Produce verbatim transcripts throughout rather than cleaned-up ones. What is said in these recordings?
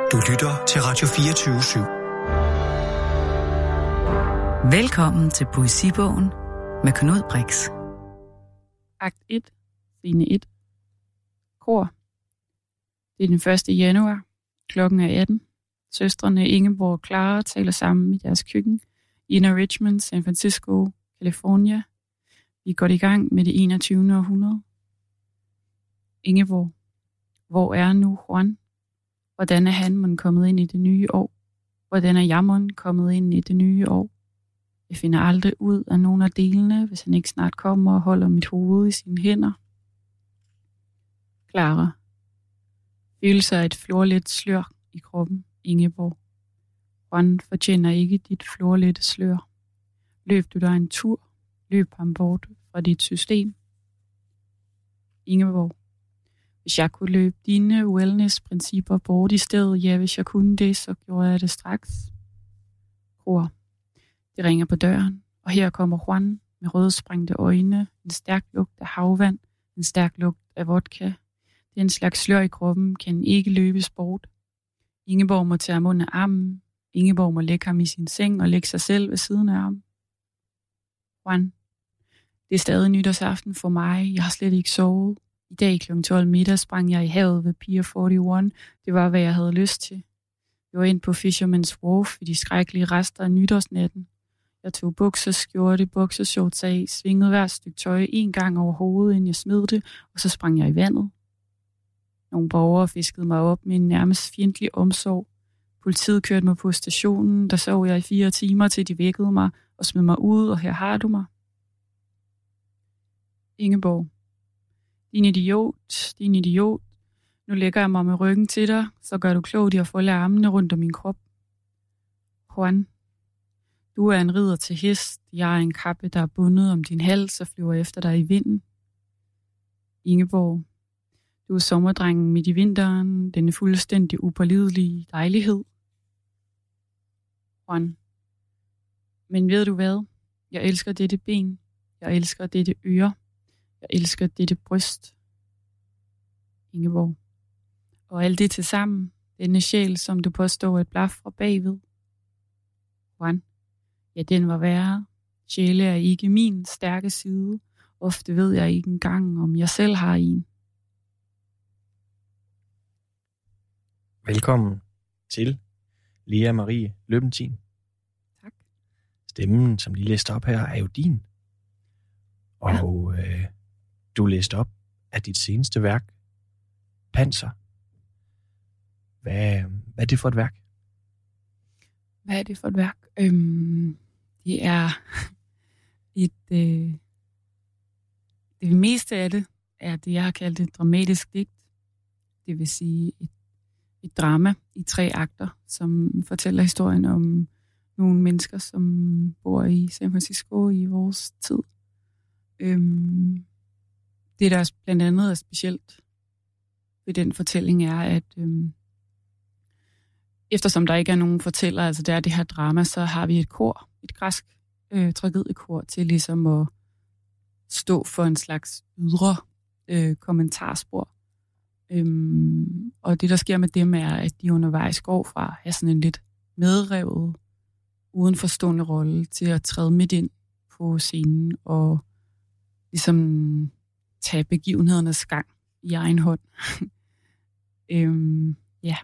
Du lytter til Radio fireogtyve syv. Velkommen til Poesibogen med Knud Brix. Akt et, scene et. Kor. Det er den første januar. Klokken er atten. Søstrene Ingeborg og Clara taler sammen i deres køkken i Inner Richmond, San Francisco, California. Vi går i gang med det enogtyvende århundrede. Ingeborg. Hvor er nu Juan? Hvordan er han mon kommet ind i det nye år? Hvordan er jeg mon kommet ind i det nye år? Jeg finder aldrig ud af nogen af delene, hvis han ikke snart kommer og holder mit hoved i sine hænder. Clara. Følelser af et florlet slør i kroppen, Ingeborg. Juan fortjener ikke dit florlette slør. Løb du dig en tur, løb ham bort fra dit system. Ingeborg. Hvis jeg kunne løbe dine wellness-principper bort i stedet, ja, hvis jeg kunne det, så gjorde jeg det straks. Kor. Det ringer på døren, og her kommer Juan med rødsprængte øjne, en stærk lugt af havvand, en stærk lugt af vodka. Det er en slags slør i kroppen, kan ikke løbes bort. Ingeborg må tage ham under armen. Ingeborg må lægge ham i sin seng og lægge sig selv ved siden af ham. Juan. Det er stadig nytårsaften for mig. Jeg har slet ikke sovet. I dag kl. tolv middag sprang jeg i havet ved Pier enogfyrre. Det var, hvad jeg havde lyst til. Jeg var ind på Fisherman's Wharf i de skrækkelige rester af nytårsnatten. Jeg tog bukser, skjorte, buksershorts af, svingede hvert stykke tøj en gang over hovedet, inden jeg smed det, og så sprang jeg i vandet. Nogle borgere fiskede mig op med en nærmest fjendtlig omsorg. Politiet kørte mig på stationen, der sov jeg i fire timer, til de vækkede mig og smed mig ud, og her har du mig. Ingeborg. Din idiot, din idiot. Nu lægger jeg mig med ryggen til dig, så gør du klogt i at folde armene rundt om min krop. Juan. Du er en ridder til hest. Jeg er en kappe, der er bundet om din hals og flyver efter dig i vinden. Ingeborg. Du er sommerdrengen midt i vinteren, denne fuldstændig upålidelige dejlighed. Juan. Men ved du hvad? Jeg elsker dette ben. Jeg elsker dette øre. Jeg elsker dette bryst. Ingeborg. Og alt det til sammen, denne sjæl, som du påstår et blaf fra bagved. Juan. Ja, den var værre. Sjæle er ikke min stærke side. Ofte ved jeg ikke engang, om jeg selv har en. Velkommen til Lea Marie Løbentin. Tak. Stemmen, som lige læste op her, er jo din. Og ja. øh, du læste op af dit seneste værk, Panser. Hvad, hvad er det for et værk? Hvad er det for et værk? Øhm, det er et... Øh, det meste af det er det, jeg har kaldt et dramatisk digt. Det vil sige et, et drama i tre akter, som fortæller historien om nogle mennesker, som bor i San Francisco i vores tid. Øhm, det, der blandt andet er specielt ved den fortælling, er, at øhm, eftersom der ikke er nogen fortæller, altså der er det her drama, så har vi et kor, et græsk øh, tragediekor til ligesom at stå for en slags ydre øh, kommentarspor. Øhm, og det, der sker med dem, er, at de undervejs går fra at have sådan en lidt medrevet, udenforstående rolle til at træde midt ind på scenen og ligesom tage begivenhedernes gang i egen hånd. øhm, ja.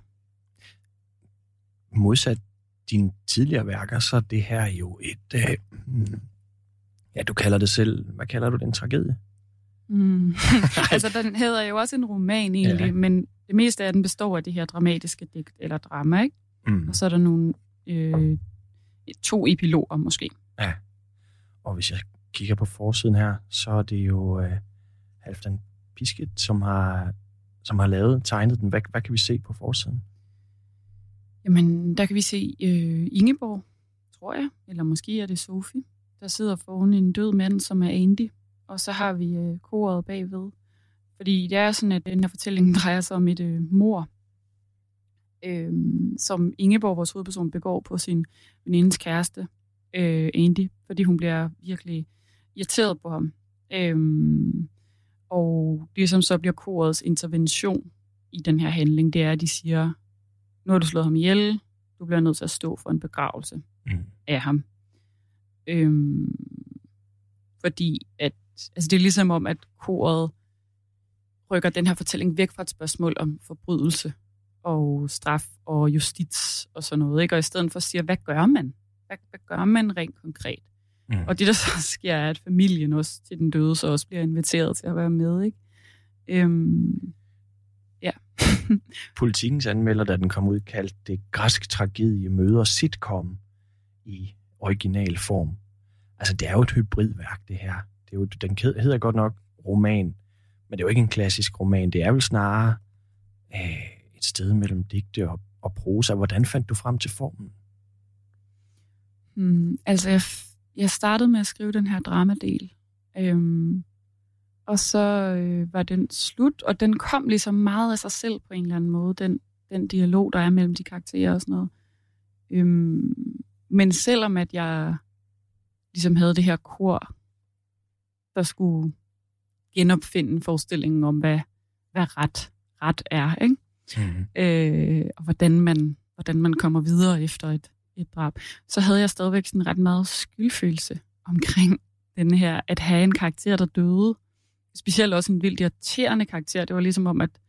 Modsat dine tidligere værker, så er det her jo et, øh, ja, du kalder det selv, hvad kalder du det, en tragedie? Mm. altså, den hedder jo også en roman egentlig, ja. Men det meste af den består af det her dramatiske digt, eller drama, ikke? Mm. Og så er der nogle, øh, to epiloger måske. Ja, og hvis jeg kigger på forsiden her, så er det jo øh, Halfdan Pisket, som har, som har lavet, tegnet den. Hvad, hvad kan vi se på forsiden? Jamen, der kan vi se øh, Ingeborg, tror jeg, eller måske er det Sofie, der sidder foran en død mand, som er Andy, og så har vi øh, koret bagved. Fordi det er sådan, at den her fortælling drejer sig om et øh, mord, øh, som Ingeborg, vores hovedperson, begår på sin venindes kæreste, øh, Andy, fordi hun bliver virkelig irriteret på ham. Øh, og det, som så bliver korets intervention i den her handling, det er, at de siger, nu har du slået ham ihjel, du bliver nødt til at stå for en begravelse Mm. af ham. Øhm, fordi at, altså det er ligesom om, at koret rykker den her fortælling væk fra et spørgsmål om forbrydelse og straf og justits og sådan noget, ikke? Og i stedet for siger, hvad gør man? Hvad, hvad gør man rent konkret? Mm. Og det, der så sker, er, at familien også til den døde så også bliver inviteret til at være med, ikke? Øhm, ja. Politikens anmelder, da den kom ud, kaldte det græsk tragedie møder sitcom i original form. Altså, det er jo et hybridværk, det her. Det er jo, den hedder godt nok roman, men det er jo ikke en klassisk roman. Det er vel snarere øh, et sted mellem digte og, og prosa. Hvordan fandt du frem til formen? Hmm, altså, jeg, jeg startede med at skrive den her dramadel. Øhm, og så øh, var den slut, og den kom ligesom meget af sig selv på en eller anden måde, den, den dialog, der er mellem de karakterer og sådan noget. Øhm, men selvom at jeg ligesom havde det her kor, der skulle genopfinde forestillingen om, hvad, hvad ret, ret er, ikke? Mm-hmm. Øh, og hvordan man, hvordan man kommer videre efter et, et drab, så havde jeg stadigvæk sådan ret meget skyldfølelse omkring den her, at have en karakter, der døde. Specielt også en vildt irriterende karakter. Det var ligesom om, at,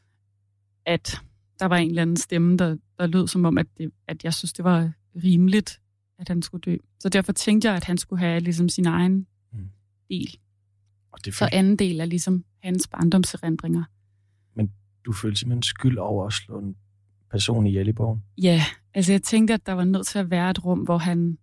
at der var en eller anden stemme, der, der lød som om, at, det, at jeg synes, det var rimeligt, at han skulle dø. Så derfor tænkte jeg, at han skulle have ligesom sin egen mm. del. Og det for... Så anden del er ligesom hans barndomserindringer. Men du følte simpelthen skyld over at slå en person ihjel i bogen? Ja, altså jeg tænkte, at der var nødt til at være et rum, hvor han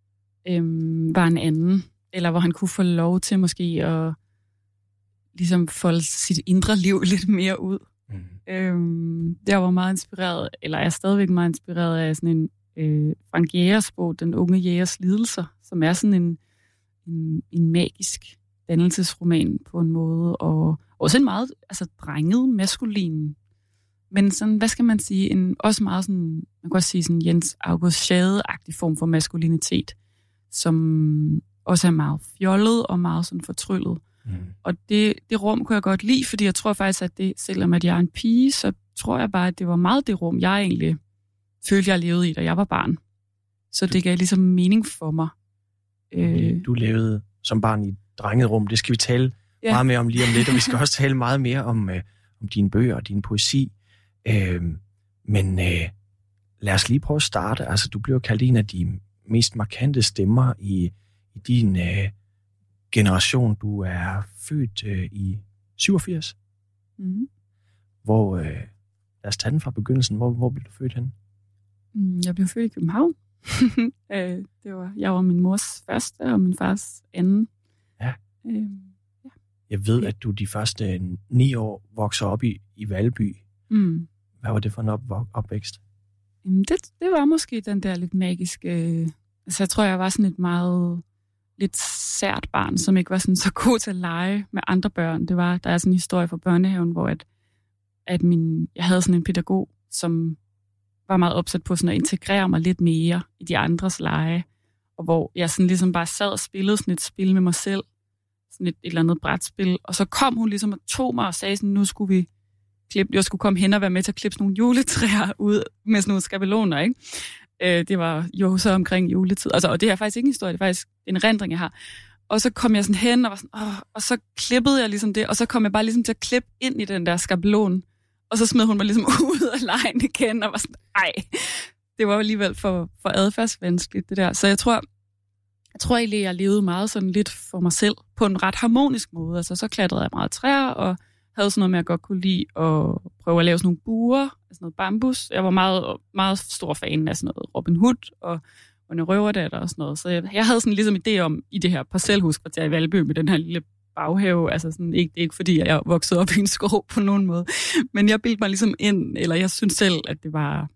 øhm, var en anden, eller hvor han kunne få lov til måske at ligesom folde sit indre liv lidt mere ud. Mm. Øhm, jeg var meget inspireret, eller er stadigvæk meget inspireret af sådan en øh, Frank Jægers bog, Den unge jægers lidelser, som er sådan en, en, en magisk dannelsesroman på en måde, og også en meget altså, drenget, maskulin, men sådan, hvad skal man sige, en også meget sådan, man kan også sige sådan Jens August Schade-agtig form for maskulinitet, som også er meget fjollet og meget sådan fortryllet. Mm. Og det, det rum kunne jeg godt lide, fordi jeg tror faktisk, at det, selvom at jeg er en pige, så tror jeg bare, at det var meget det rum, jeg egentlig følte, jeg levede i, da jeg var barn. Så det gav ligesom mening for mig. Øh, du levede som barn i et drenget rum. Det skal vi tale ja. meget mere om lige om lidt, og vi skal også tale meget mere om, øh, om dine bøger og din poesi. Øh, men øh, lad os lige prøve at starte. Altså, du blev kaldt en af de mest markante stemmer i, i din øh, generation. Du er født øh, i syvogfirs. Mm-hmm. Hvor, øh, lad os tage den fra begyndelsen. Hvor, hvor blev du født henne? Jeg blev født i København. øh, det var, jeg var min mors første og min fars anden. Ja. Øh, ja. Jeg ved, at du de første ni år vokser op i, i Valby. Mm. Hvad var det for en op, opvækst? Jamen, det, det var måske den der lidt magiske... Øh, altså, jeg tror, jeg var sådan et meget lidt sært barn, som ikke var sådan så god til at lege med andre børn. Det var, der er sådan en historie fra børnehaven, hvor at, at min, jeg havde sådan en pædagog, som var meget opsat på sådan at integrere mig lidt mere i de andres lege, og hvor jeg sådan ligesom bare sad og spillede sådan et spil med mig selv, sådan et, et eller andet brætspil, og så kom hun ligesom og tog mig og sagde sådan, nu skulle vi klippe, jeg skulle komme hen og være med til at klippe sådan nogle juletræer ud med sådan nogle skabeloner, ikke? Øh, det var jo så omkring juletid, altså, og det er faktisk ikke en historie, det er faktisk en erindring, jeg har. Og så kom jeg sådan hen og var sådan, åh, og så klippede jeg ligesom det, og så kom jeg bare ligesom til at klippe ind i den der skabelon. Og så smed hun mig ligesom ud af lejen igen, og var sådan, ej, det var alligevel for, for adfærdsvanskeligt, det der. Så jeg tror, jeg tror egentlig, jeg levede meget sådan lidt for mig selv, på en ret harmonisk måde. Altså, så klatrede jeg meget træer, og havde sådan noget med, at jeg godt kunne lide at prøve at lave sådan nogle buer, sådan noget bambus. Jeg var meget, meget stor fan af sådan noget Robin Hood, og en røverdatter og sådan noget. Så jeg, jeg havde sådan ligesom idé om, i det her parcelhuskvarter i Valby, med den her lille baghave, altså sådan, ikke, det er ikke fordi, jeg voksede op i en skov på nogen måde, men jeg bildte mig ligesom ind, eller jeg synes selv, at det var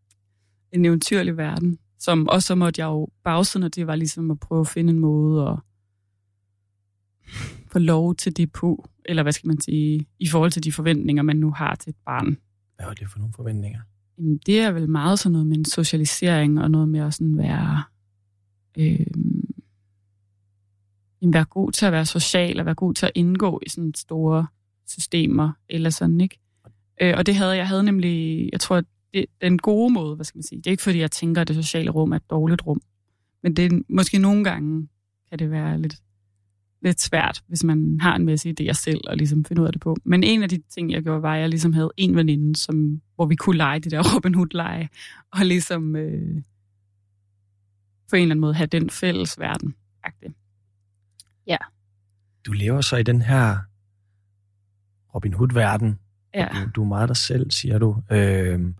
en eventyrlig verden, som også så måtte jeg jo bagsiden, og det var ligesom at prøve at finde en måde at få lov til det på, eller hvad skal man sige, i forhold til de forventninger, man nu har til et barn. Hvad var det for nogle forventninger? Jamen, det er vel meget sådan noget med en socialisering, og noget med at sådan være... Øh, være god til at være social, og være god til at indgå i sådan store systemer, eller sådan, ikke? Øh, og det havde jeg havde nemlig, jeg tror, det, den gode måde, hvad skal man sige. Det er ikke fordi, jeg tænker, at det sociale rum er et dårligt rum. Men det er, måske nogle gange kan det være lidt, lidt svært, hvis man har en masse idéer selv, og ligesom finde ud af det på. Men en af de ting, jeg gjorde, var, at jeg ligesom havde en veninde, som, hvor vi kunne lege det der Robin Hood-lege, og ligesom øh, på en eller anden måde have den fælles verden. Ja. Du lever så i den her Robin Hood-verden. Ja. Du, du er meget dig selv, siger du. Øhm,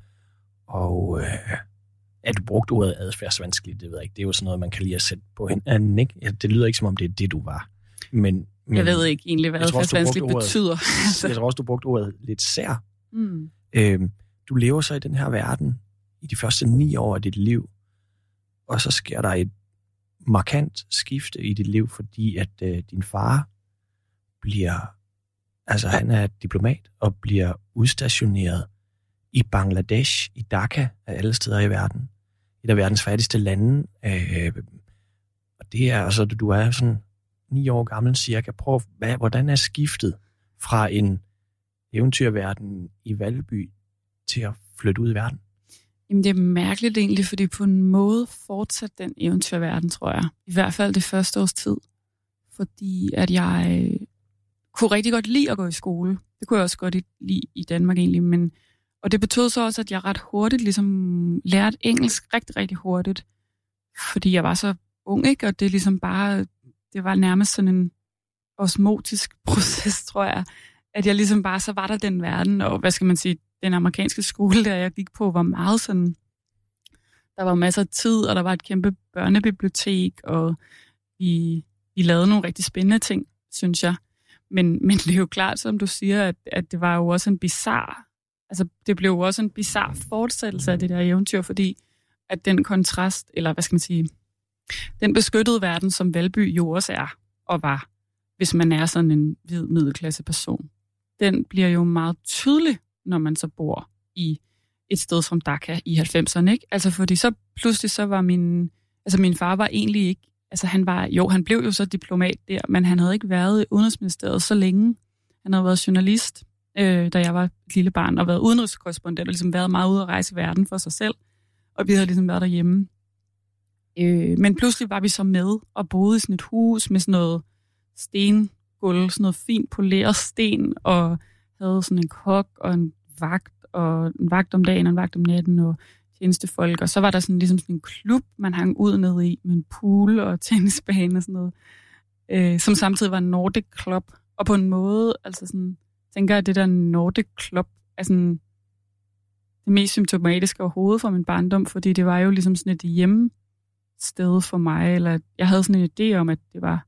og øh, ja, du brugte ordet adfærdsvanskeligt, det ved jeg ikke. Det er jo sådan noget, man kan lige at sætte på hinanden, ikke? Ja, det lyder ikke, som om det er det, du var. Men, men jeg ved ikke egentlig, hvad adfærdsvanskeligt betyder. Jeg tror også, du brugte ordet lidt sær. Mm. Øhm, du lever så i den her verden i de første ni år af dit liv, og så sker der et markant skifte i dit liv, fordi at øh, din far bliver, altså han er diplomat og bliver udstationeret i Bangladesh, i Dhaka, af alle steder i verden. Et af verdens fattigste lande. Øh, og det er altså, du er sådan ni år gammel cirka. Prøv, hvad, hvordan er skiftet fra en eventyrverden i Valby til at flytte ud i verden? Jamen, det er mærkeligt egentlig, fordi på en måde fortsat den eventyrverden, tror jeg. I hvert fald det første års tid. Fordi at jeg kunne rigtig godt lide at gå i skole. Det kunne jeg også godt lide i Danmark egentlig. Men, og det betød så også, at jeg ret hurtigt ligesom lærte engelsk rigtig, rigtig hurtigt. Fordi jeg var så ung, ikke? Og det ligesom bare, det var nærmest sådan en osmotisk proces, tror jeg. At jeg ligesom bare, så var der den verden, og hvad skal man sige, den amerikanske skole, der jeg gik på, var meget sådan, der var masser af tid, og der var et kæmpe børnebibliotek, og vi, vi lavede nogle rigtig spændende ting, synes jeg. Men, men det er jo klart, som du siger, at, at det var jo også en bizarre, altså det blev jo også en bizarre fortsættelse af det der eventyr, fordi at den kontrast, eller hvad skal man sige, den beskyttede verden, som Valby jo også er, og var, hvis man er sådan en hvid middelklasse person, den bliver jo meget tydelig, når man så bor i et sted som Dhaka i halvfemserne, ikke? Altså, fordi så pludselig så var min... Altså, min far var egentlig ikke... Altså, han var... Jo, han blev jo så diplomat der, men han havde ikke været i Udenrigsministeriet så længe. Han havde været journalist, øh, da jeg var et lille barn, og været udenrigskorrespondent, og ligesom været meget ude at rejse i verden for sig selv. Og vi havde ligesom været derhjemme. Øh, men pludselig var vi så med og boede i sådan et hus med sådan noget stengulv, sådan noget fint poleret sten, og havde sådan en kok og en vagt, og en vagt om dagen og en vagt om natten, og tjenestefolk. Og så var der sådan, ligesom sådan en klub, man hang ud ned i, med en pool og tennisbane og sådan noget, øh, som samtidig var en Nordic Club. Og på en måde, altså sådan, tænker jeg, at det der Nordic Club er sådan det mest symptomatiske overhovedet for min barndom, fordi det var jo ligesom sådan et hjemmested for mig, eller jeg havde sådan en idé om, at det var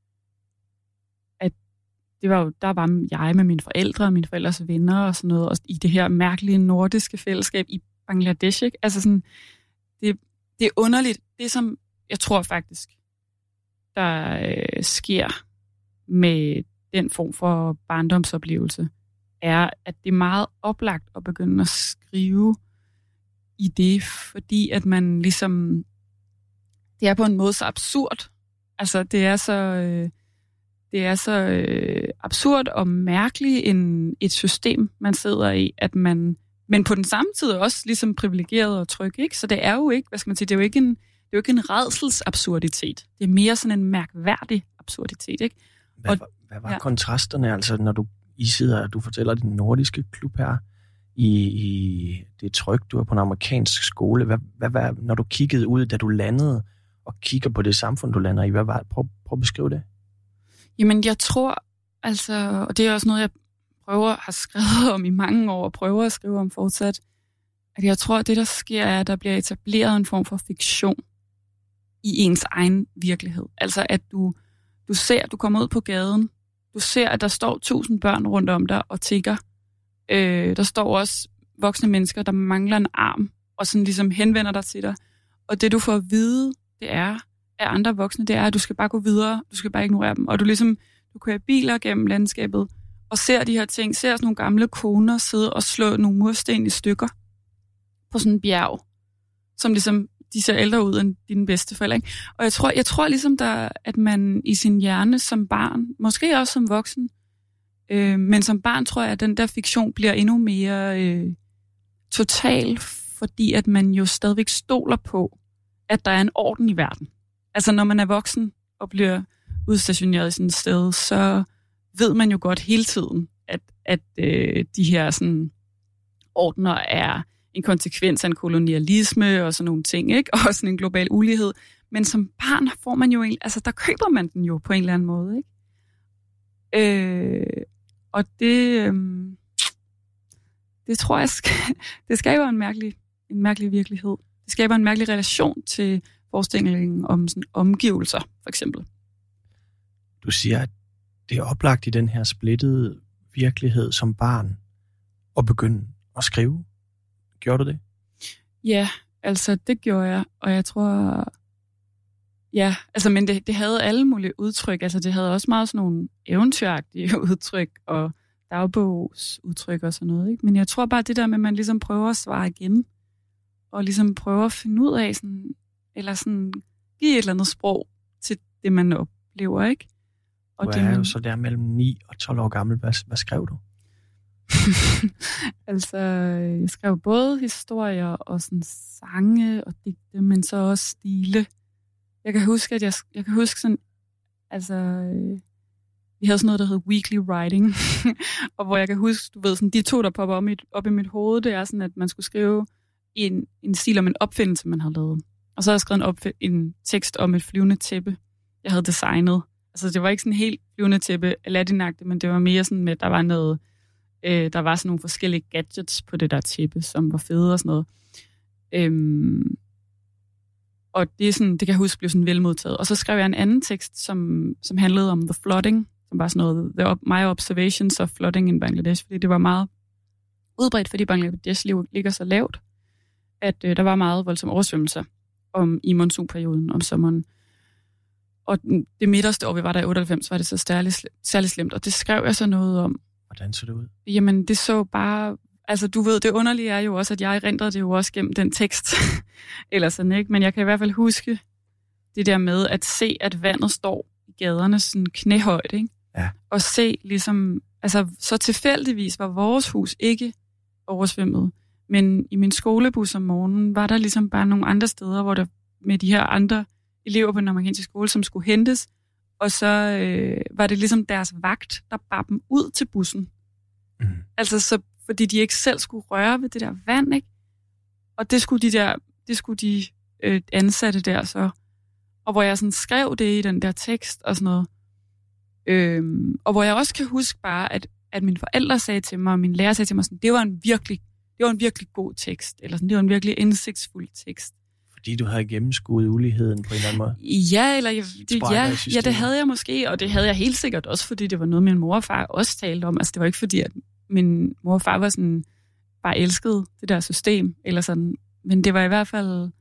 Det var jo, der var jeg med mine forældre og mine forældres venner og sådan noget, og i det her mærkelige nordiske fællesskab i Bangladesh, ikke? Altså sådan, det, det er underligt. Det, som jeg tror faktisk, der øh, sker med den form for barndomsoplevelse, er, at det er meget oplagt at begynde at skrive i det, fordi at man ligesom, det er på en måde så absurd. Altså, det er så... Øh, Det er så øh, absurd og mærkeligt en, et system, man sidder i, at man, men på den samme tid også ligesom privilegeret og tryg, ikke? Så det er jo ikke, hvad skal man sige, det er jo ikke en, det er jo ikke en rædselsabsurditet. Det er mere sådan en mærkværdig absurditet, ikke? Hvad, og, hvad var ja. kontrasterne, altså, når du I sidder, du fortæller din nordiske klub her, i, i det tryg, du er på en amerikansk skole. Hvad, hvad var, når du kiggede ud, da du landede, og kigger på det samfund, du lander i, hvad var, prøv, prøv at beskrive det. Jamen, jeg tror, altså, og det er også noget, jeg prøver, har skrevet om i mange år, og prøver at skrive om fortsat, at jeg tror, at det, der sker, er, at der bliver etableret en form for fiktion i ens egen virkelighed. Altså, at du, du ser, at du kommer ud på gaden, du ser, at der står tusind børn rundt om dig og tigger. Øh, der står også voksne mennesker, der mangler en arm, og sådan ligesom henvender dig til dig. Og det, du får at vide, det er, af andre voksne, det er, at du skal bare gå videre, du skal bare ignorere dem. Og du ligesom, du kører biler gennem landskabet, og ser de her ting, ser sådan nogle gamle koner sidde og slå nogle mursten i stykker på sådan en bjerg, som ligesom, de ser ældre ud end dine bedsteforældre, ikke? Og jeg tror, jeg tror ligesom, der, at man i sin hjerne som barn, måske også som voksen, øh, men som barn tror jeg, at den der fiktion bliver endnu mere, øh, total, fordi at man jo stadigvæk stoler på, at der er en orden i verden. Altså når man er voksen og bliver udstationeret i sådan et sted, så ved man jo godt hele tiden, at, at øh, de her sådan, ordner er en konsekvens af en kolonialisme og sådan nogle ting, ikke? Og sådan en global ulighed. Men som barn får man jo en, altså der køber man den jo på en eller anden måde, ikke? Øh, og det, øh, det tror jeg, skal, det skaber en mærkelig, en mærkelig virkelighed. Det skaber en mærkelig relation til forestillingen om sådan omgivelser, for eksempel. Du siger, at det er oplagt i den her splittede virkelighed som barn at begynde at skrive. Gjorde du det? Ja, altså det gjorde jeg, og jeg tror... Ja, altså, men det, det havde alle mulige udtryk. Altså, det havde også meget sådan nogle eventyragtige udtryk og dagbogsudtryk og sådan noget, ikke? Men jeg tror bare, det der med, at man ligesom prøver at svare igen, og ligesom prøver at finde ud af sådan, eller sådan, give et eller andet sprog til det, man oplever, ikke? Og du det, er man... jo så der mellem ni og tolv år gammel. Hvad, hvad skrev du? altså, jeg skrev både historier og sådan sange og digte, men så også stile. Jeg kan huske, at jeg, jeg kan huske sådan, altså, øh, vi havde sådan noget, der hed weekly writing, og hvor jeg kan huske, du ved, sådan, de to, der popper op, mit, op i mit hoved, det er sådan, at man skulle skrive en, en stil om en opfindelse, man havde lavet. Og så havde jeg skrevet en, opf- en tekst om et flyvende tæppe, jeg havde designet. Altså, det var ikke sådan helt flyvende tæppe, Aladdin-agtigt, men det var mere sådan med, at der var noget, øh, der var sådan nogle forskellige gadgets på det der tæppe, som var fede og sådan noget. Øhm, Og det, er sådan, det kan jeg huske blev sådan velmodtaget. Og så skrev jeg en anden tekst, som, som handlede om the flooding, som var sådan noget, the, my observations of flooding in Bangladesh, fordi det var meget udbredt, fordi Bangladesh ligger så lavt, at øh, der var meget voldsomme oversvømmelser om, i monsunperioden om sommeren. Og det midterste år, vi var der i otteoghalvfems, var det så særligt, særligt slemt, og det skrev jeg så noget om. Hvordan så det ud? Jamen, det så bare... Altså, du ved, det underlige er jo også, at jeg erindrede det jo også gennem den tekst. Eller sådan, ikke? Men jeg kan i hvert fald huske det der med at se, at vandet står i gaderne sådan knæhøjt, ikke? Ja. Og se ligesom... Altså, så tilfældigvis var vores hus ikke oversvømmet. Men i min skolebus om morgenen var der ligesom bare nogle andre steder, hvor der med de her andre elever på den amerikanske skole, som skulle hentes. Og så øh, var det ligesom deres vagt, der bar dem ud til bussen. Mm. Altså, så fordi de ikke selv skulle røre ved det der vand, ikke? Og det skulle de der, det skulle de øh, ansatte der så. Og hvor jeg sådan skrev det i den der tekst og sådan noget. Øhm, og hvor jeg også kan huske bare, at, at mine forældre sagde til mig, og min lærer sagde til mig sådan, det var en virkelig, det var en virkelig god tekst, eller sådan, det var en virkelig indsigtsfuld tekst. Fordi du havde gennemskuet uligheden på en eller anden måde? Ja, eller jeg, det, ja, ja, det havde jeg måske, og det havde jeg helt sikkert også, fordi det var noget, min mor og far også talte om. Altså, det var ikke fordi, at min mor og far var sådan, bare elskede det der system, eller sådan. Men det var i hvert fald,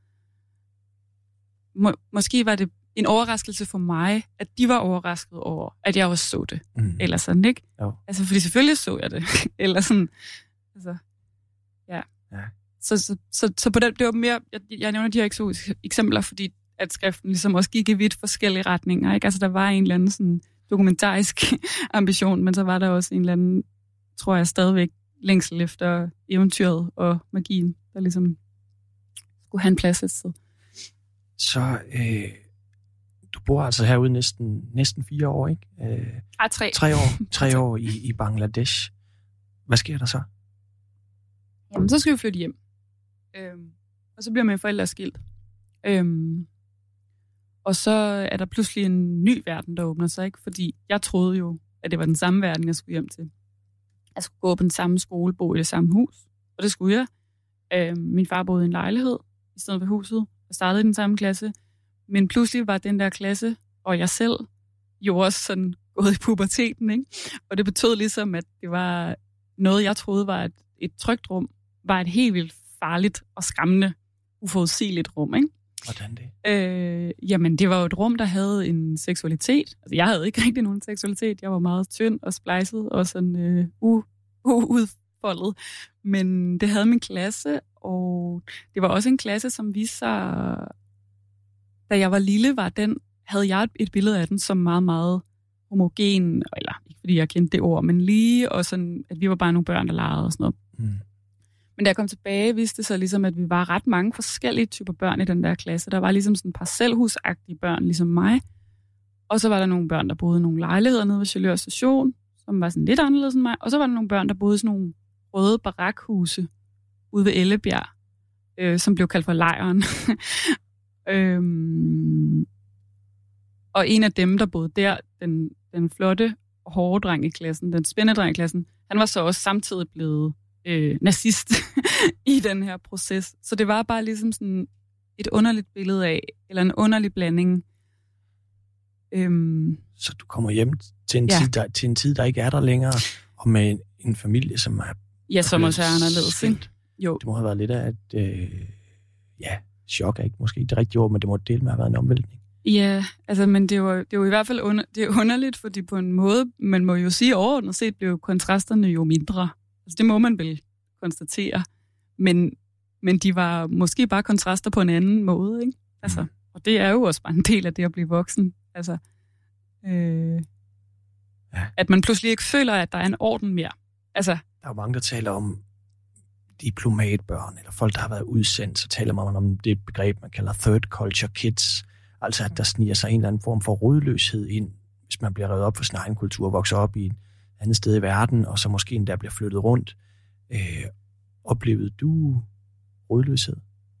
må, måske var det en overraskelse for mig, at de var overrasket over, at jeg også så det. Mm. Eller sådan, ikke? Jo. Altså, fordi selvfølgelig så jeg det. eller sådan, altså, ja. ja. Så, så, så, så på den, det var mere, jeg, jeg nævner de her eksotiske eksempler, fordi at skriften ligesom også gik i vidt forskellige retninger, ikke? Altså, der var en eller anden sådan dokumentarisk ambition, men så var der også en eller anden, tror jeg, stadigvæk længsel efter eventyret og magien, der ligesom skulle have en plads et sted. Så øh, du bor altså herude næsten, næsten fire år, ikke? Øh, Ej, tre. Tre år, tre år i, i Bangladesh. Hvad sker der så? Jamen, så skal vi flytte hjem. Øhm, og så bliver mine forældre skilt. Øhm, og så er der pludselig en ny verden, der åbner sig, ikke? Fordi jeg troede jo, at det var den samme verden, jeg skulle hjem til. Jeg skulle gå på den samme skole, bo i det samme hus. Og det skulle jeg. Øhm, min far boede i en lejlighed i stedet for huset. Jeg startede i den samme klasse. Men pludselig var den der klasse, og jeg selv, jo også sådan gået i puberteten, ikke? Og det betød ligesom, at det var noget, jeg troede var et, et trygt rum, var et helt vildt farligt og skræmmende, uforudsigeligt rum, ikke? Hvordan det? Øh, jamen, det var jo et rum, der havde en seksualitet. Altså, jeg havde ikke rigtig nogen seksualitet. Jeg var meget tynd og splejset og sådan øh, u- uudfoldet. Men det havde min klasse, og det var også en klasse, som viste sig, da jeg var lille, var den, havde jeg et billede af den som meget, meget homogen, eller ikke fordi jeg kendte det ord, men lige, og sådan, at vi var bare nogle børn, der legede og sådan noget. Mm. Men da jeg kom tilbage, viste det sig ligesom, at vi var ret mange forskellige typer børn i den der klasse. Der var ligesom sådan parcelhusagtige børn, ligesom mig. Og så var der nogle børn, der boede i nogle lejligheder nede ved Sjælør Station, som var sådan lidt anderledes end mig. Og så var der nogle børn, der boede i sådan nogle røde barakhuse ude ved Ellebjerg, øh, som blev kaldt for lejren. øhm, og en af dem, der boede der, den, den flotte og hårde dreng i klassen, den spændende dreng i klassen, han var så også samtidig blevet øh, nazist i den her proces. Så det var bare ligesom sådan et underligt billede af, eller en underlig blanding. Øhm, så du kommer hjem til en, ja. tid, der, til en tid, der ikke er der længere, og med en, en familie, som er... Ja, som også er anderledes, ikke? Jo. Det må have været lidt af et... Øh, ja, chok er ikke måske ikke det rigtige ord, men det må dele med at have været en omvæltning. Ja, altså, men det var, det var i hvert fald under, det er underligt, fordi på en måde, man må jo sige overordnet set, blev kontrasterne jo mindre. Altså, det må man vel konstatere. Men, men de var måske bare kontraster på en anden måde, ikke? Altså, mm. Og det er jo også bare en del af det at blive voksen. Altså, øh, ja. At man pludselig ikke føler, at der er en orden mere. Altså, der er jo mange, der taler om diplomatbørn, eller folk, der har været udsendt, så taler man om det begreb, man kalder third culture kids. Altså, at der sniger sig en eller anden form for rodløshed ind, hvis man bliver revet op for sin egen kultur og vokser op i et andet sted i verden, og så måske endda bliver flyttet rundt. Øh, oplevede du rodløshed?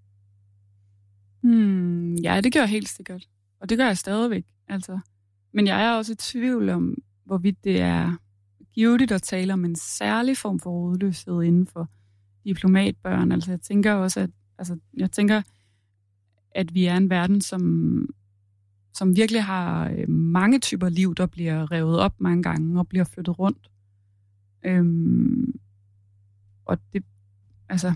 Hmm, ja, det gør jeg helt sikkert. Og det gør jeg stadigvæk. Altså. Men jeg er også i tvivl om, hvorvidt det er givetigt at tale om en særlig form for rodløshed inden for diplomatbørn. Altså, jeg tænker også, at, altså, jeg tænker, at vi er en verden, som, som virkelig har mange typer liv, der bliver revet op mange gange og bliver flyttet rundt. Øhm, og det, altså...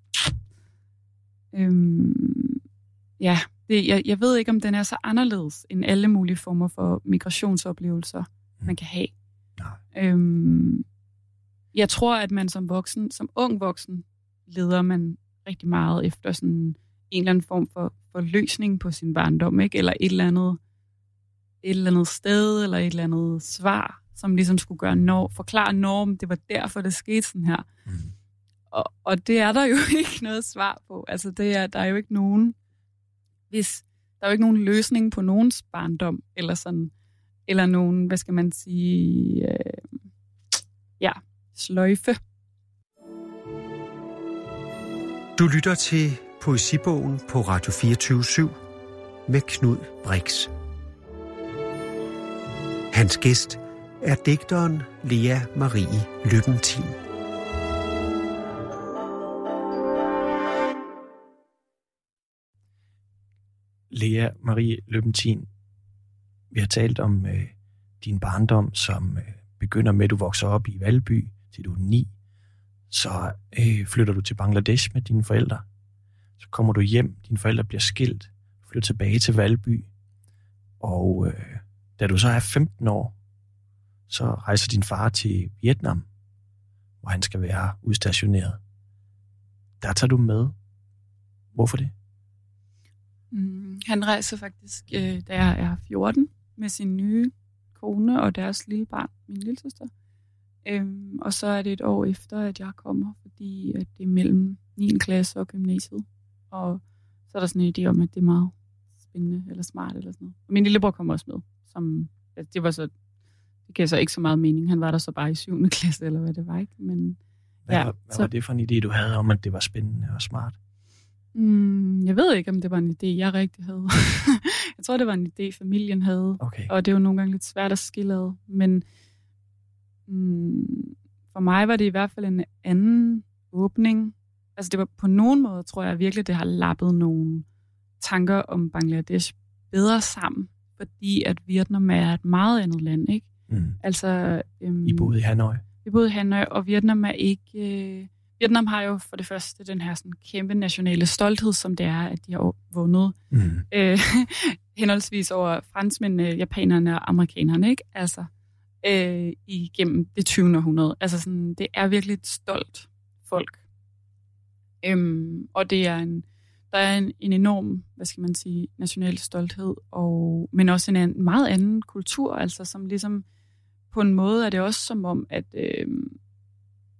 Øhm, ja, det, jeg, jeg ved ikke, om den er så anderledes end alle mulige former for migrationsoplevelser, mm. man kan have. Nej. Øhm, jeg tror, at man som voksen, som ung voksen, leder man rigtig meget efter sådan en eller anden form for, for løsning på sin barndom, ikke? Eller et eller andet et eller andet sted, eller et eller andet svar, som ligesom skulle gøre når, forklare normen. Det var derfor, det skete sådan her. Mm. Og, og det er der jo ikke noget svar på. Altså, det er, der er jo ikke nogen, hvis der er jo ikke nogen løsning på nogens barndom, eller sådan, eller nogen, hvad skal man sige, øh, ja, sløjfe. Du lytter til Poesibogen på Radio fireogtyve syv med Knud Brix. Hans gæst er digteren Lea Marie Løbentin. Lea Marie Løbentin, vi har talt om øh, din barndom, som øh, begynder med, at du vokser op i Valby, til du er ni. Så øh, flytter du til Bangladesh med dine forældre. Så kommer du hjem, dine forældre bliver skilt, flytter tilbage til Valby. Og øh, da du så er femten år, så rejser din far til Vietnam, hvor han skal være udstationeret. Der tager du med. Hvorfor det? Mm, han rejser faktisk, øh, da jeg er fjorten, med sin nye kone og deres lille barn, min lillesøster. Øhm, og så er det et år efter, at jeg kommer, fordi at det er mellem niende klasse og gymnasiet. Og så er der sådan en idé om, at det er meget spændende eller smart eller sådan noget. Og min lillebror kom også med. Som, altså det var så, det gav så ikke så meget mening. Han var der så bare i syvende klasse, eller hvad det var, ikke? Men, hvad ja, var, hvad så, var det for en idé, du havde om, at det var spændende og smart? Mm, jeg ved ikke, om det var en idé, jeg rigtig havde. Jeg tror, det var en idé, familien havde. Okay. Og det er jo nogle gange lidt svært at skille ad. Men mm, for mig var det i hvert fald en anden åbning. Altså det var på nogen måde, tror jeg virkelig, det har lappet nogle tanker om Bangladesh bedre sammen. Fordi at Vietnam er et meget andet land, ikke? Mm. Altså, øhm, I boede i Hanoi? Vi boede i Hanoi, og Vietnam er ikke... Øh, Vietnam har jo for det første den her sådan kæmpe nationale stolthed, som det er, at de har vundet mm. øh, henholdsvis over franskmændene, japanerne og amerikanerne, ikke? Altså, øh, igennem det tyvende århundrede. Altså sådan, det er virkelig et stolt folk. Øhm, og det er en, der er en, en enorm, hvad skal man sige, national stolthed, og, men også en anden, meget anden kultur, altså som ligesom, på en måde er det også som om, at... Øh,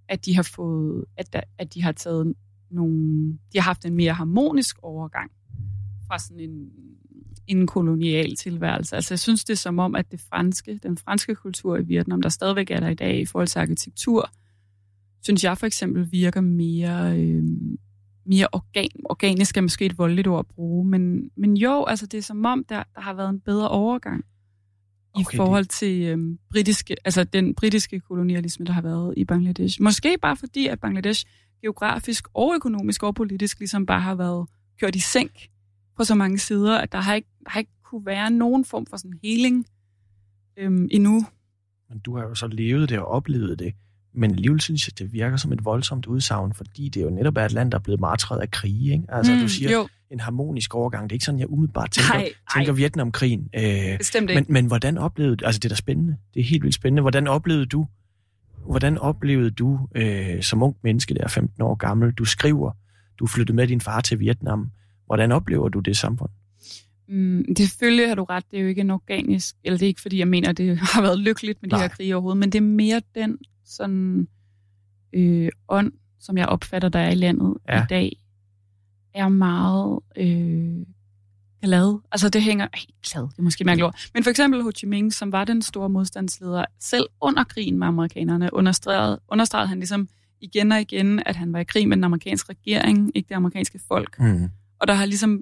at de har fået, at, der, at de har taget nogle, de har haft en mere harmonisk overgang fra sådan en, en kolonial tilværelse. Altså jeg synes, det er som om, at det franske, den franske kultur i Vietnam, der stadigvæk er der i dag i forhold til arkitektur, synes jeg for eksempel virker mere, øh, mere organ, organisk er måske et voldeligt ord at bruge, men, men jo, altså det er som om, der, der har været en bedre overgang i okay, forhold til øh, britiske, altså den britiske kolonialisme, der har været i Bangladesh. Måske bare fordi, at Bangladesh geografisk og økonomisk og politisk ligesom bare har været kørt i sænk på så mange sider, at der har ikke, der har ikke kunne være nogen form for sådan healing øhm, endnu. Men du har jo så levet det og oplevet det, men alligevel synes jeg, det virker som et voldsomt udsagn, fordi det jo netop er et land, der er blevet martret af krige, ikke? Altså mm, du siger jo. En harmonisk overgang, det er ikke sådan, jeg umiddelbart tænker, ej, ej. tænker Vietnamkrigen. Øh, Bestemt ikke. Men, men hvordan oplevede du, altså det er da spændende, det er helt vildt spændende, hvordan oplevede du, hvordan oplevede du øh, som ung menneske, der er femten år gammel, du skriver, du flyttede med din far til Vietnam, hvordan oplever du det samfund? Mm, det selvfølgelig har du ret, det er jo ikke en organisk, eller det er ikke fordi, jeg mener, det har været lykkeligt med Nej. de her krige overhovedet, men det er mere den sådan øh, ånd, som jeg opfatter, der er i landet ja. i dag, er meget øh, glad. Altså det hænger, ej, glad, det er måske mærkeligt ord, men for eksempel Ho Chi Minh, som var den store modstandsleder, selv under krigen med amerikanerne, understregede, understregede han ligesom igen og igen, at han var i krig med den amerikanske regering, ikke det amerikanske folk. Mm. Og der har ligesom,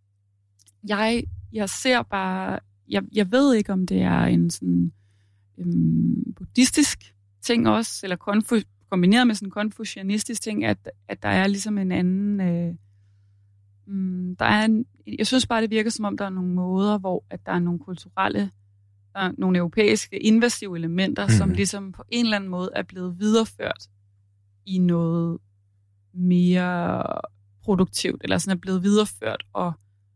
jeg, jeg ser bare, jeg, jeg ved ikke, om det er en sådan øhm, buddhistisk ting også, eller konfu- kombineret med sådan en konfucianistisk ting, at, at der er ligesom en anden, øh, mm, der er en, jeg synes bare, det virker som om, der er nogle måder, hvor at der er nogle kulturelle, der nogle europæiske invasive elementer, mm. som ligesom på en eller anden måde er blevet videreført i noget mere produktivt, eller sådan er blevet videreført og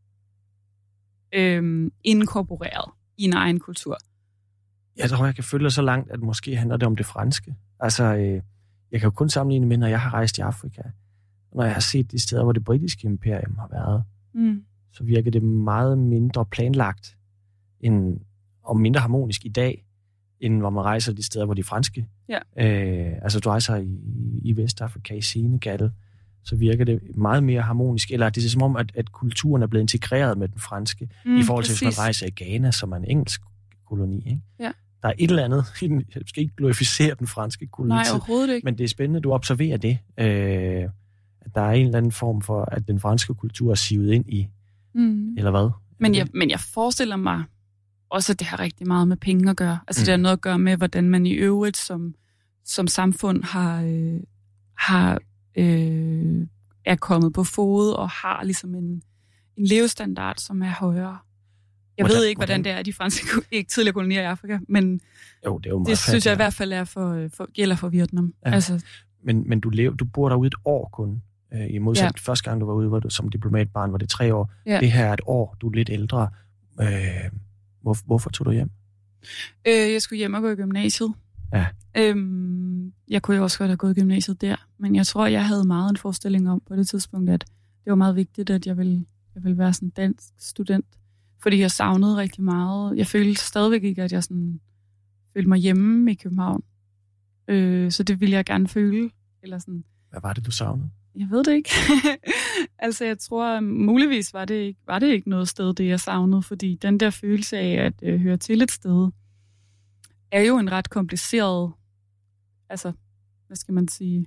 øhm, inkorporeret i en egen kultur. Jeg tror, jeg kan følge dig så langt, at måske handler det om det franske. Altså, øh, jeg kan jo kun sammenligne med, når jeg har rejst i Afrika, når jeg har set de steder, hvor det britiske imperium har været, mm. så virker det meget mindre planlagt end, og mindre harmonisk i dag, end hvor man rejser de steder, hvor de franske. Ja. Øh, altså, du rejser i, i Vestafrika, i Senegal, så virker det meget mere harmonisk. Eller det er som om, at, at kulturen er blevet integreret med den franske, mm, i forhold til, præcis. Hvis man rejser i Ghana, som er en engelsk koloni. Ikke? Ja. Der er et eller andet, jeg skal ikke glorificere den franske koloni. Nej, overhovedet ikke. Men det er spændende, at du observerer det. Øh, at der er en eller anden form for, at den franske kultur er sivet ind i, mm. eller hvad? Men jeg, men jeg forestiller mig også, at det har rigtig meget med penge at gøre. Altså mm. det har noget at gøre med, hvordan man i øvrigt som, som samfund har, øh, har øh, er kommet på fod og har ligesom en, en levestandard, som er højere. Jeg hvordan, ved ikke, hvordan, hvordan det er i de franske ikke tidligere kolonier i Afrika, men jo, det, er jo meget det synes jeg i hvert fald er for, for, gælder for Vietnam. Ja. Altså, men men du, lever, du bor derude et år kun. Øh, I modsat ja. første gang, du var ude, var du som diplomatbarn, var det tre år. Ja. Det her er et år, du er lidt ældre. Øh, hvor, hvorfor tog du hjem? Øh, jeg skulle hjem og gå i gymnasiet. Ja. Øhm, jeg kunne jo også godt have gået i gymnasiet der, men jeg tror, jeg havde meget en forestilling om på det tidspunkt, at det var meget vigtigt, at jeg ville, jeg ville være sådan en dansk student. Fordi jeg savnede rigtig meget. Jeg følte stadigvæk ikke, at jeg sådan følte mig hjemme i København. Øh, så det ville jeg gerne føle. Eller sådan. Hvad var det, du savnede? Jeg ved det ikke. altså, jeg tror, muligvis var det, ikke, var det ikke noget sted, det jeg savnede. Fordi den der følelse af at øh, høre til et sted, er jo en ret kompliceret, altså, hvad skal man sige,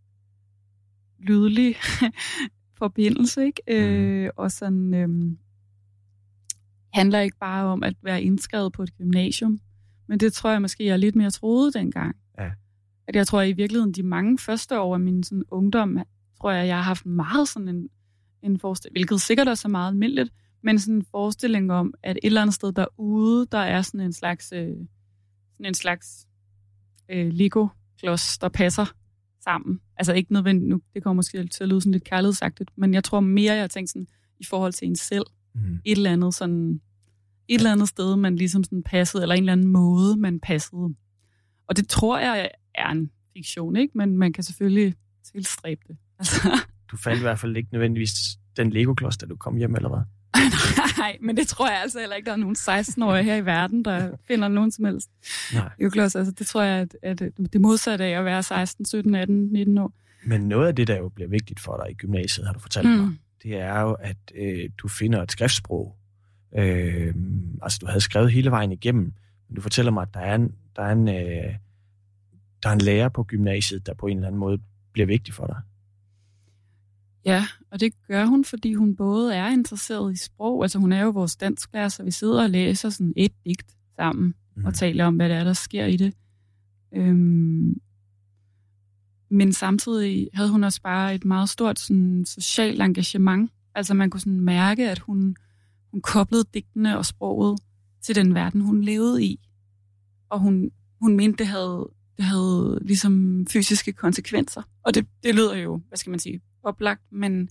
lydelig forbindelse, ikke? Mm. Øh, og sådan... Øh, handler ikke bare om at være indskrevet på et gymnasium, men det tror jeg måske, jeg er lidt mere troede dengang. Ja. At jeg tror, at i virkeligheden de mange første år af min sådan, ungdom, tror jeg, jeg har haft meget sådan en, en forestilling, hvilket sikkert også er meget almindeligt, men sådan en forestilling om, at et eller andet sted derude, der er sådan en slags, øh, sådan en slags øh, Lego-klods, der passer sammen. Altså ikke nødvendigt nu, det kommer måske til at lyde sådan lidt kærlighedsagtigt, men jeg tror mere, jeg har tænkt sådan, i forhold til en selv, Mm. et eller andet sådan et eller andet sted, man ligesom sådan passede, eller en eller anden måde, man passede. Og det tror jeg er en fiktion, ikke? Men man kan selvfølgelig tilstræbe det. Altså. Du fandt i hvert fald ikke nødvendigvis den Lego-klods, da du kom hjem, eller hvad? Nej, men det tror jeg altså heller ikke, der er nogen seksten-årige her i verden, der finder nogen som helst. Nej. Altså, det tror jeg, at, at det modsatte af at være seksten, sytten, atten, nitten år. Men noget af det, der jo bliver vigtigt for dig i gymnasiet, har du fortalt mm. mig, det er jo, at øh, du finder et skriftsprog. Øh, altså, du havde skrevet hele vejen igennem, men du fortæller mig, at der er en, der er en, øh, der er en lærer på gymnasiet, der på en eller anden måde bliver vigtig for dig. Ja, og det gør hun, fordi hun både er interesseret i sprog, altså hun er jo vores dansklærer, så vi sidder og læser sådan et digt sammen mm. og taler om, hvad der er, der sker i det. Øhm, men samtidig havde hun også bare et meget stort sådan, socialt engagement. Altså man kunne sådan mærke, at hun, hun koblede digtene og sproget til den verden, hun levede i. Og hun, hun mente, det havde, det havde ligesom fysiske konsekvenser. Og det, det lyder jo, hvad skal man sige, oplagt, men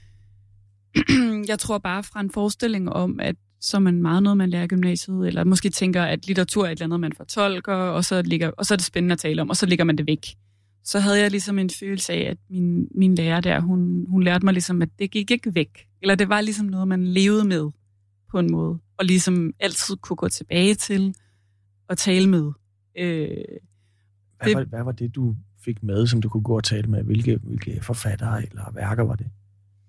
jeg tror bare fra en forestilling om, at så er man meget noget, man lærer i gymnasiet, eller måske tænker, at litteratur er et eller andet, man fortolker, og så, ligger, og så er det spændende at tale om, og så ligger man det væk. Så havde jeg ligesom en følelse af, at min, min lærer der, hun, hun lærte mig ligesom, at det gik ikke væk. Eller det var ligesom noget, man levede med på en måde, og ligesom altid kunne gå tilbage til og tale med. Øh, hvad, det, var, hvad var det, du fik med, som du kunne gå og tale med? Hvilke, hvilke forfattere eller værker var det?